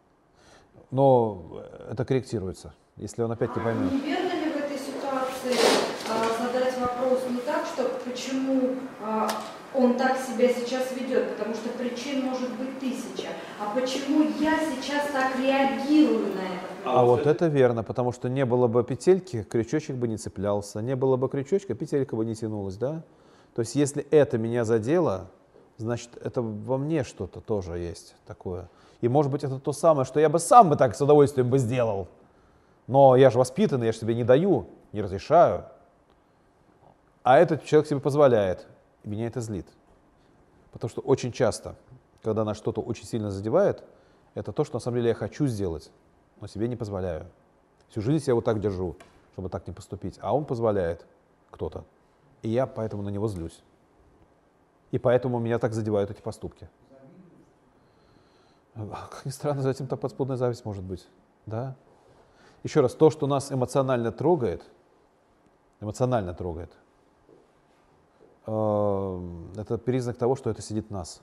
S2: Но это корректируется, если он опять не поймет.
S3: Неверно ли в этой ситуации задать вопрос не так, что почему он так себя сейчас ведет, потому что причин может быть 1000, а почему я сейчас так реагирую на это?
S2: А вот это верно, потому что не было бы петельки, крючочек бы не цеплялся, не было бы крючочка, петелька бы не тянулась, да? То есть если это меня задело, значит, это во мне что-то тоже есть такое. И может быть это то самое, что я бы сам бы так с удовольствием бы сделал. Но я же воспитанный, я же себе не даю, не разрешаю. А этот человек себе позволяет. И меня это злит. Потому что очень часто, когда нас что-то очень сильно задевает, это то, что на самом деле я хочу сделать, но себе не позволяю. Всю жизнь я вот так держу, чтобы так не поступить. А он позволяет, кто-то. И я поэтому на него злюсь. И поэтому меня так задевают эти поступки. Как ни странно, за этим-то подспудная зависть может быть. Да? Еще раз, то, что нас эмоционально трогает, это признак того, что это сидит в нас.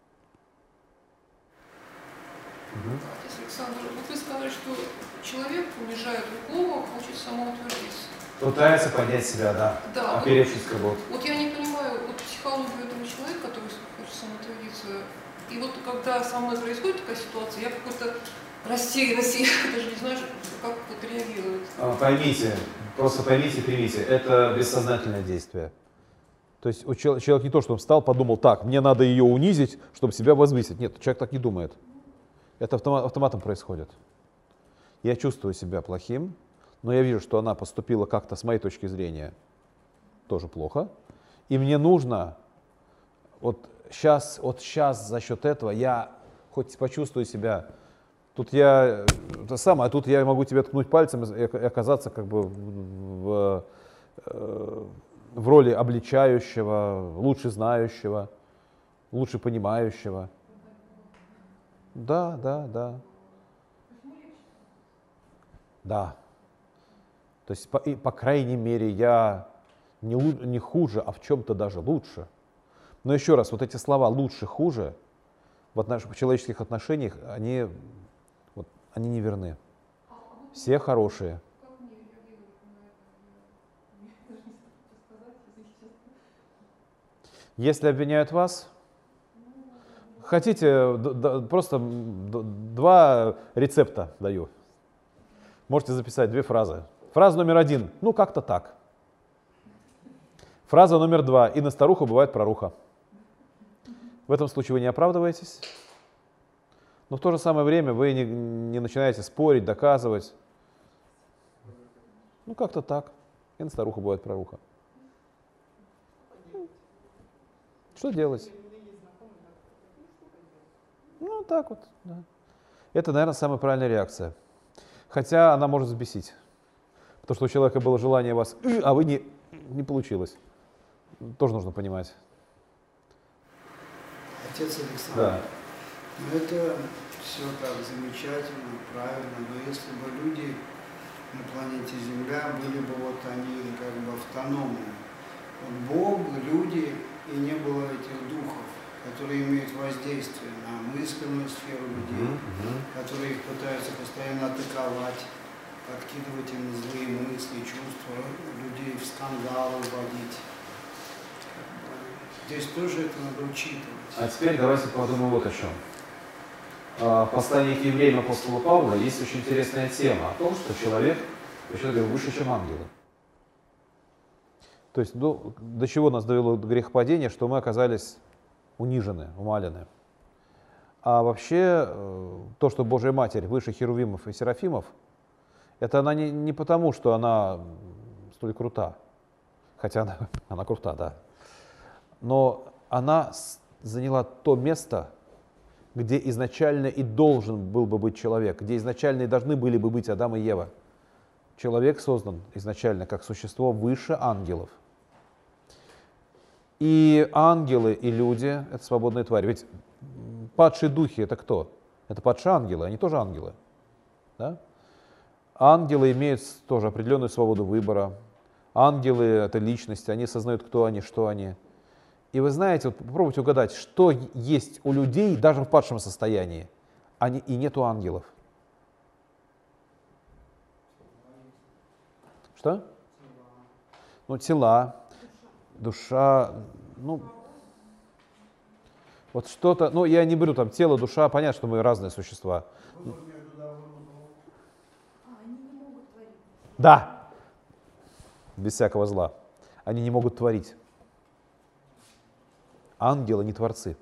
S5: Александр, вот вы сказали, что человек унижает другого, хочет самоутвердиться.
S2: Пытается поднять себя, да.
S5: Да.
S2: Оперевшись как будто.
S5: Вот я не понимаю вот психологию этого человека, который хочет самоутвердиться. И вот когда со мной происходит такая ситуация, я какой-то растерянности, я даже не знаю, как вот реагировать.
S2: Поймите, просто поймите, примите, это бессознательное действие. То есть человек не то, что он встал, подумал, так, мне надо ее унизить, чтобы себя возвысить. Нет, человек так не думает. Это автоматом происходит. Я чувствую себя плохим, но я вижу, что она поступила как-то, с моей точки зрения, тоже плохо, и мне нужно вот сейчас за счет этого я хоть почувствую себя, тут я могу тебя ткнуть пальцем и оказаться как бы в роли обличающего, лучше знающего, лучше понимающего. Да. Да. То есть, по крайней мере, я не хуже, а в чем-то даже лучше. Но еще раз, вот эти слова «лучше», «хуже» в человеческих отношениях, они не верны. Все хорошие. Если обвиняют вас, хотите, просто 2 рецепта даю. Можете записать 2 фразы. Фраза номер 1, ну как-то так. Фраза номер 2, и на старуху бывает проруха. В этом случае вы не оправдываетесь, но в то же самое время вы не начинаете спорить, доказывать. Ну как-то так, и на старуху бывает проруха. Что делать? Ну, так вот. Да. Это, наверное, самая правильная реакция. Хотя она может взбесить. Потому что у человека было желание вас, а вы не получилось. Тоже нужно понимать.
S11: Отец Александр,
S2: да.
S11: Ну это все так замечательно, правильно, но если бы люди на планете Земля были бы вот они как бы автономны. Вот Бог, люди, и не было этих духов, которые имеют воздействие на мысленную сферу людей, которые их пытаются постоянно атаковать, подкидывать им злые мысли, чувства, людей в скандалы вводить. Здесь тоже это надо учитывать.
S2: А теперь давайте подумаем вот о чем. В послании к евреям апостола Павла есть очень интересная тема о том, что человек выше, чем ангелы. То есть до чего нас довело грехопадение, что мы оказались унижены, умалены. А вообще то, что Божья Матерь выше херувимов и серафимов, это она не потому, что она столь крута, хотя она крута, да, но она заняла то место, где изначально и должен был бы быть человек, где изначально и должны были бы быть Адам и Ева. Человек создан изначально как существо выше ангелов. И ангелы, и люди — это свободные твари. Ведь падшие духи — это кто? Это падшие ангелы, они тоже ангелы. Да? Ангелы имеют тоже определенную свободу выбора. Ангелы — это личности, они осознают, кто они, что они. И вы знаете, вот попробуйте угадать, что есть у людей даже в падшем состоянии, и нету ангелов. Что? Ну, тела, душа, вот что-то, я не беру там тело, душа, понятно, что мы разные существа. Да, без всякого зла. Они не могут творить. Ангелы не творцы.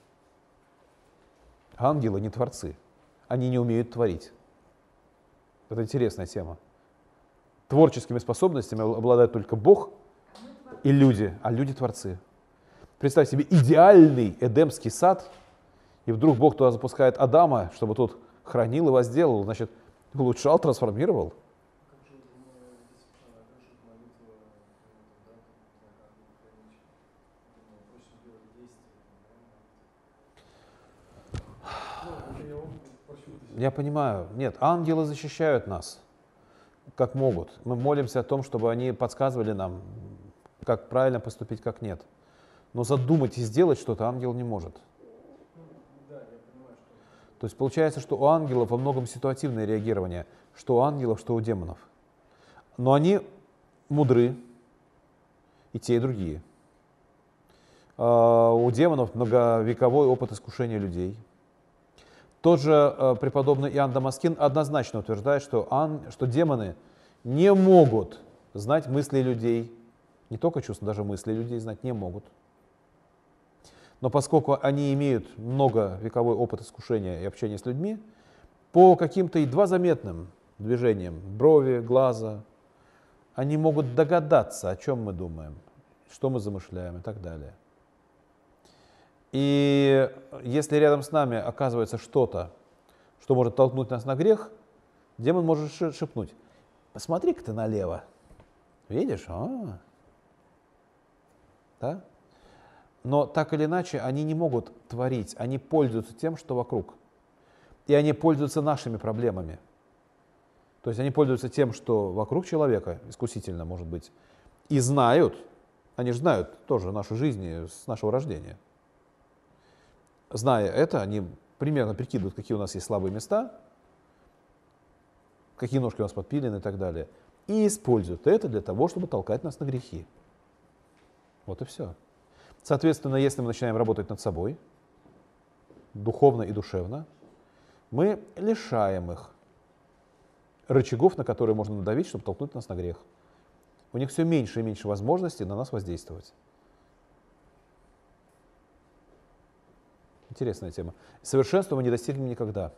S2: Ангелы не творцы. Они не умеют творить. Это интересная тема. Творческими способностями обладают только Бог и люди, а люди творцы. Представь себе идеальный Эдемский сад, и вдруг Бог туда запускает Адама, чтобы тот хранил и возделал, значит, улучшал, трансформировал. Я понимаю. Нет, ангелы защищают нас, как могут. Мы молимся о том, чтобы они подсказывали нам, как правильно поступить, как нет. Но задумать и сделать что-то ангел не может. То есть получается, что у ангелов во многом ситуативное реагирование, что у ангелов, что у демонов. Но они мудры, и те, и другие. У демонов многовековой опыт искушения людей. Тот же преподобный Иоанн Дамаскин однозначно утверждает, что демоны не могут знать мысли людей, не только чувства, даже мысли людей знать не могут. Но поскольку они имеют многовековой опыт искушения и общения с людьми, по каким-то едва заметным движением брови, глаза, они могут догадаться, о чем мы думаем, что мы замышляем и так далее. И если рядом с нами оказывается что-то, что может толкнуть нас на грех, демон может шепнуть: посмотри-ка ты налево, видишь? Да? Но так или иначе они не могут творить, они пользуются тем, что вокруг. И они пользуются нашими проблемами. То есть они пользуются тем, что вокруг человека, искусительно, может быть, и знают, они же знают тоже нашу жизнь с нашего рождения. Зная это, они примерно прикидывают, какие у нас есть слабые места, какие ножки у нас подпилены и так далее. И используют это для того, чтобы толкать нас на грехи. Вот и все. Соответственно, если мы начинаем работать над собой, духовно и душевно, мы лишаем их рычагов, на которые можно надавить, чтобы толкнуть нас на грех. У них все меньше и меньше возможностей на нас воздействовать. Интересная тема. Совершенства мы не достигнем никогда.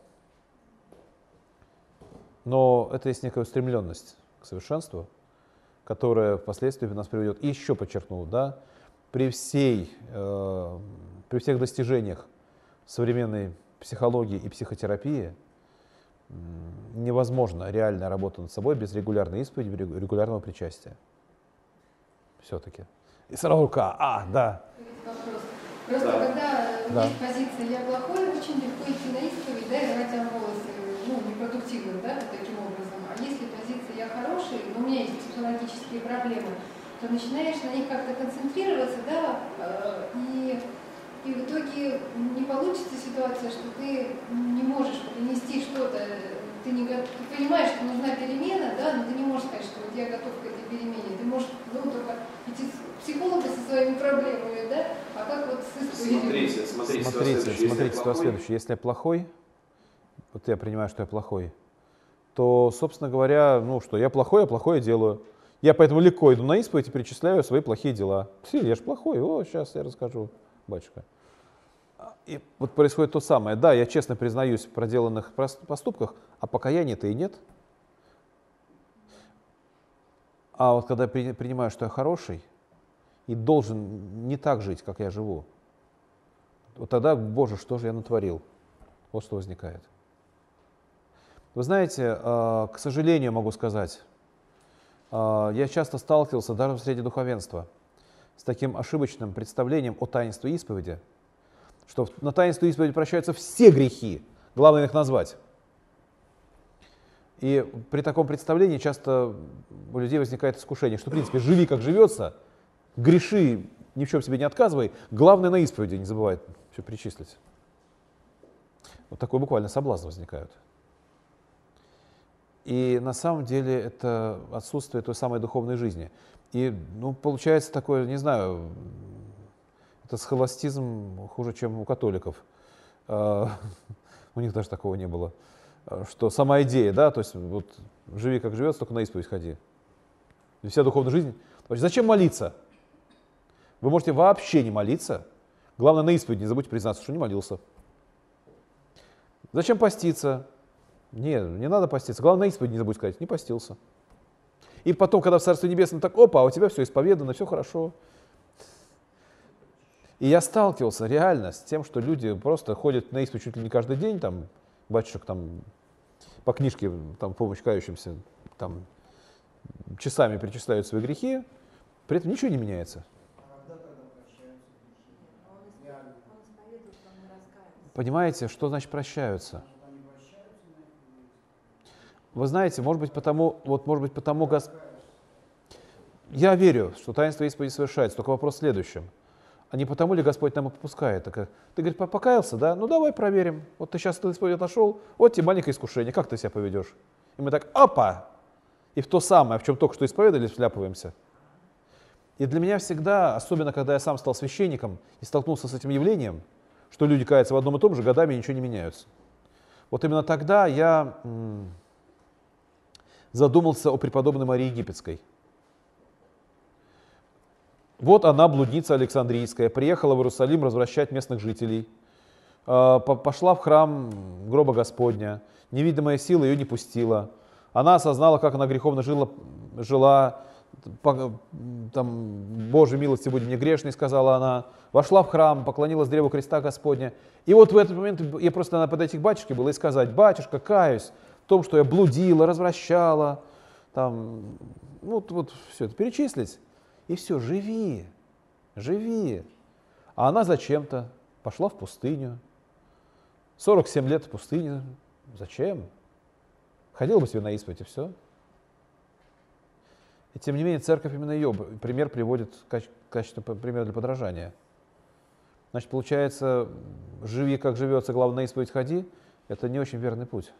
S2: Но это есть некая устремленность к совершенству, которая впоследствии нас приведет. И еще подчеркну, да, при всех достижениях современной психологии и психотерапии невозможно реальная работа над собой без регулярной исповеди, регулярного причастия. Все-таки. И сразу рука. Да.
S12: Вопрос. Просто когда есть позиция «я плохой», очень легко идти на исповедь, да, и рвать там волосы, непродуктивным, да, вот таким образом. А если позиция «я хороший», но у меня есть психологические проблемы, то начинаешь на них как-то концентрироваться, да, и в итоге не получится ситуация, что ты не можешь принести что-то, ты понимаешь, что нужна перемена, да, но ты не можешь сказать, что вот я готов к этой перемене. Ты можешь только идти к психологу со своими проблемами, да, а как вот с исповедью?
S2: Смотрите, ситуация следующая. Если я плохой, вот я принимаю, что я плохой, то, собственно говоря, что я плохое делаю. Я поэтому легко иду на исповедь и перечисляю свои плохие дела. Все, я же плохой, сейчас я расскажу, батюшка. И вот происходит то самое. Да, я честно признаюсь в проделанных поступках, а покаяния-то и нет. А вот когда я принимаю, что я хороший и должен не так жить, как я живу, вот тогда, Боже, что же я натворил? Вот что возникает. Вы знаете, к сожалению, могу сказать, я часто сталкивался даже среди духовенства с таким ошибочным представлением о таинстве исповеди, что на таинстве исповеди прощаются все грехи, главное их назвать. И при таком представлении часто у людей возникает искушение, что, в принципе, живи как живется, греши, ни в чем себе не отказывай, главное на исповеди не забывай все перечислить. Вот такой буквально соблазн возникают. И на самом деле это отсутствие той самой духовной жизни. И получается такое, не знаю, это схоластизм хуже, чем у католиков. У них даже такого не было. Что сама идея, да, то есть вот живи как живется, только на исповедь ходи. И вся духовная жизнь. Зачем молиться? Вы можете вообще не молиться. Главное, на исповедь не забудьте признаться, что не молился. Зачем поститься? Не надо поститься. Главное, на исповедь не забудь сказать, не постился. И потом, когда в Царстве Небесном, так, опа, у тебя все исповедано, все хорошо. И я сталкивался реально с тем, что люди просто ходят на исповедь чуть ли не каждый день, там, батюшек там, по книжке там, помощь кающимся, там, часами перечисляют свои грехи, при этом ничего не меняется. Понимаете, что значит прощаются? Вы знаете, может быть, потому я верю, что таинство исповеди совершается, только вопрос в следующем. А не потому ли Господь нам попускает? Ты, говорит, покаялся, да? Ну давай проверим. Вот ты сейчас исповедь отошел, вот тебе маленькое искушение, как ты себя поведешь? И мы так, опа! И в то самое, в чем только что исповедовались, вляпываемся. И для меня всегда, особенно когда я сам стал священником и столкнулся с этим явлением, что люди каются в одном и том же, годами ничего не меняются. Вот именно тогда я задумался о преподобной Марии Египетской. Вот она, блудница Александрийская, приехала в Иерусалим развращать местных жителей, пошла в храм гроба Господня, невидимая сила ее не пустила, Она осознала, как она греховно жила, там, Божьей милости будь мне грешной, сказала она, вошла в храм, поклонилась древу креста Господня. И вот в этот момент ей просто надо подойти к батюшке было и сказать: батюшка, каюсь в том, что я блудила, развращала, там, вот все это перечислить, и все, живи, живи. А она зачем-то пошла в пустыню, 47 лет в пустыне, зачем? Ходила бы себе на исповедь и все. И тем не менее церковь именно ее пример приводит в качестве примера для подражания. Значит, получается, живи как живется, главное на исповедь ходи, это не очень верный путь.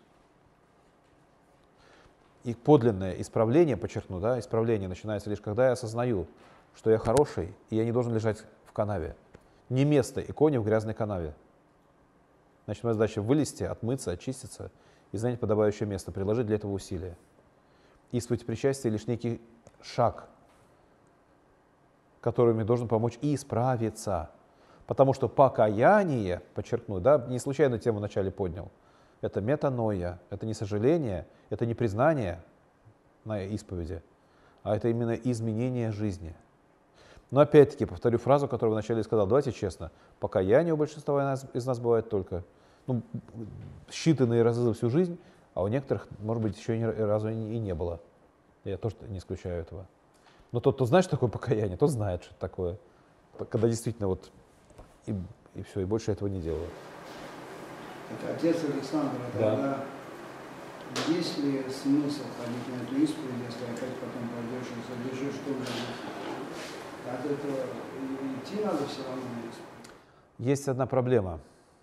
S2: И подлинное исправление, подчеркну, да, исправление начинается лишь когда я осознаю, что я хороший, и я не должен лежать в канаве. Не место иконе в грязной канаве. Значит, моя задача вылезти, отмыться, очиститься и занять подобающее место, приложить для этого усилия. Исповедь причастия лишь некий шаг, который мне должен помочь и исправиться. Потому что покаяние, подчеркну, да, не случайно тему вначале поднял, это метаноя, это не сожаление, это не признание на исповеди, а это именно изменение жизни. Но опять-таки повторю фразу, которую вначале сказал, давайте честно, покаяние у большинства из нас бывает только считанные разы за всю жизнь, а у некоторых, может быть, еще ни разу и не было. Я тоже не исключаю этого. Но тот, кто знает, что такое покаяние, тот знает, что это такое. Когда действительно вот и все, и больше этого не делаю.
S11: Это отец Александр, тогда есть ли смысл ходить на эту исповедь, если опять потом пойдешь и залежишь в том же месте? От этого идти надо все равно на исповедь?
S2: Есть одна проблема.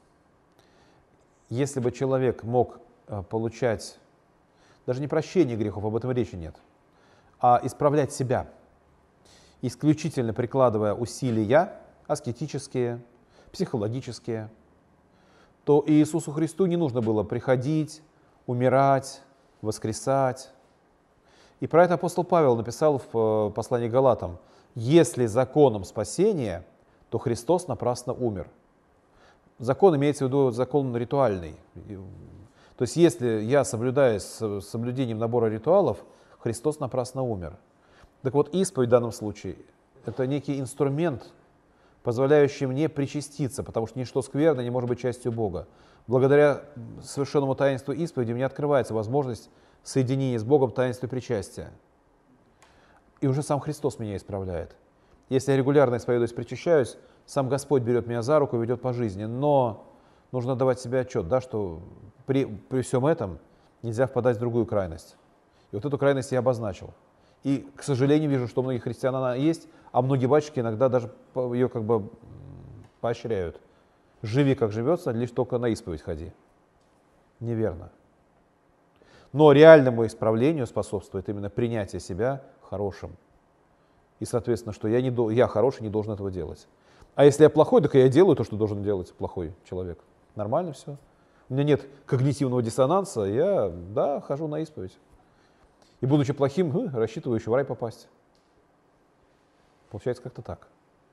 S2: Если бы человек мог получать даже не прощение грехов, об этом речи нет, а исправлять себя, исключительно прикладывая усилия аскетические, психологические, то Иисусу Христу не нужно было приходить, умирать, воскресать. И про это апостол Павел написал в послании к Галатам: «Если законом спасения, то Христос напрасно умер». Закон имеется в виду закон ритуальный. То есть если я соблюдаю с соблюдением набора ритуалов, Христос напрасно умер. Так вот, исповедь в данном случае – это некий инструмент, позволяющий мне причаститься, потому что ничто скверное не может быть частью Бога. Благодаря совершенному таинству исповеди мне открывается возможность соединения с Богом в таинстве причастия. И уже сам Христос меня исправляет. Если я регулярно исповедуюсь, причащаюсь, сам Господь берет меня за руку и ведет по жизни. Но нужно давать себе отчет, да, что при всем этом нельзя впадать в другую крайность. И вот эту крайность я обозначил. И, к сожалению, вижу, что у многих христиан она есть, а многие батюшки иногда даже ее как бы поощряют. Живи, как живется, лишь только на исповедь ходи. Неверно. Но реальному исправлению способствует именно принятие себя хорошим. И, соответственно, что я хороший, не должен этого делать. А если я плохой, так я делаю то, что должен делать плохой человек. Нормально все. У меня нет когнитивного диссонанса, я, хожу на исповедь. И, будучи плохим, рассчитываю еще в рай попасть. Получается как-то так.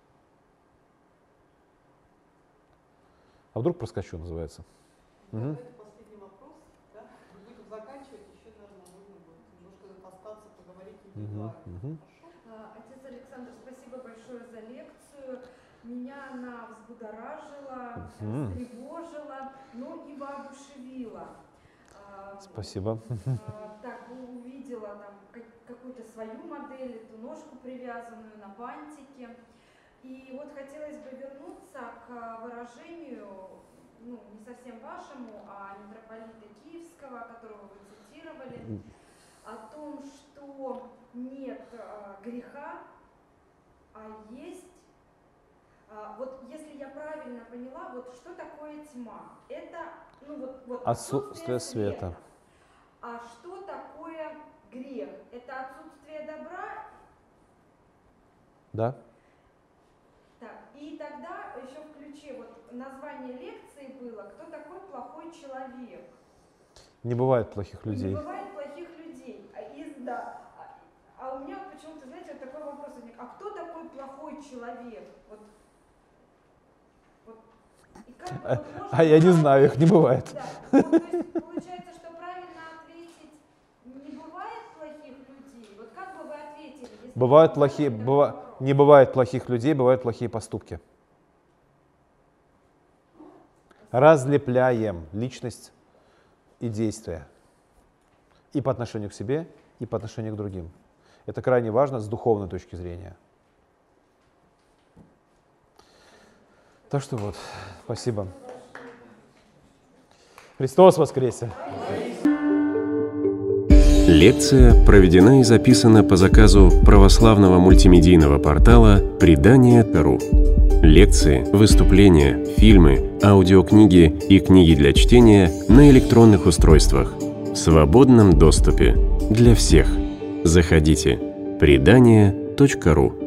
S2: А вдруг проскочу, называется.
S9: Это последний вопрос. Да? Будем заканчивать, еще, наверное, нужно будет немножко остаться, поговорить индивидуально.
S3: Отец Александр, спасибо большое за лекцию. Меня она взбудоражила, встревожила, но и воодушевила.
S2: Спасибо.
S3: Так, увидела там какую-то свою модель, эту ножку привязанную на бантике. И вот хотелось бы вернуться к выражению, не совсем вашему, а митрополита Киевского, которого вы цитировали, о том, что нет греха, а есть. Вот если я правильно поняла, вот что такое тьма? Это отсутствие света. А что такое грех? Это отсутствие добра?
S2: Да.
S3: Так, и тогда еще в ключе название лекции было «Кто такой плохой человек?»
S2: Не бывает плохих людей.
S3: Не бывает плохих людей. А у меня почему-то, знаете, такой вопрос возник. А кто такой плохой человек?
S2: Я не знаю, их не бывает.
S3: Да. То есть получается, что правильно ответить не
S2: Не бывает плохих людей, бывают плохие поступки. Разлепляем личность и действия. И по отношению к себе, и по отношению к другим. Это крайне важно с духовной точки зрения. Так что вот, спасибо. Христос воскресе!
S13: Лекция проведена и записана по заказу православного мультимедийного портала «Предания.ру». Лекции, выступления, фильмы, аудиокниги и книги для чтения на электронных устройствах в свободном доступе для всех. Заходите. Предания.ру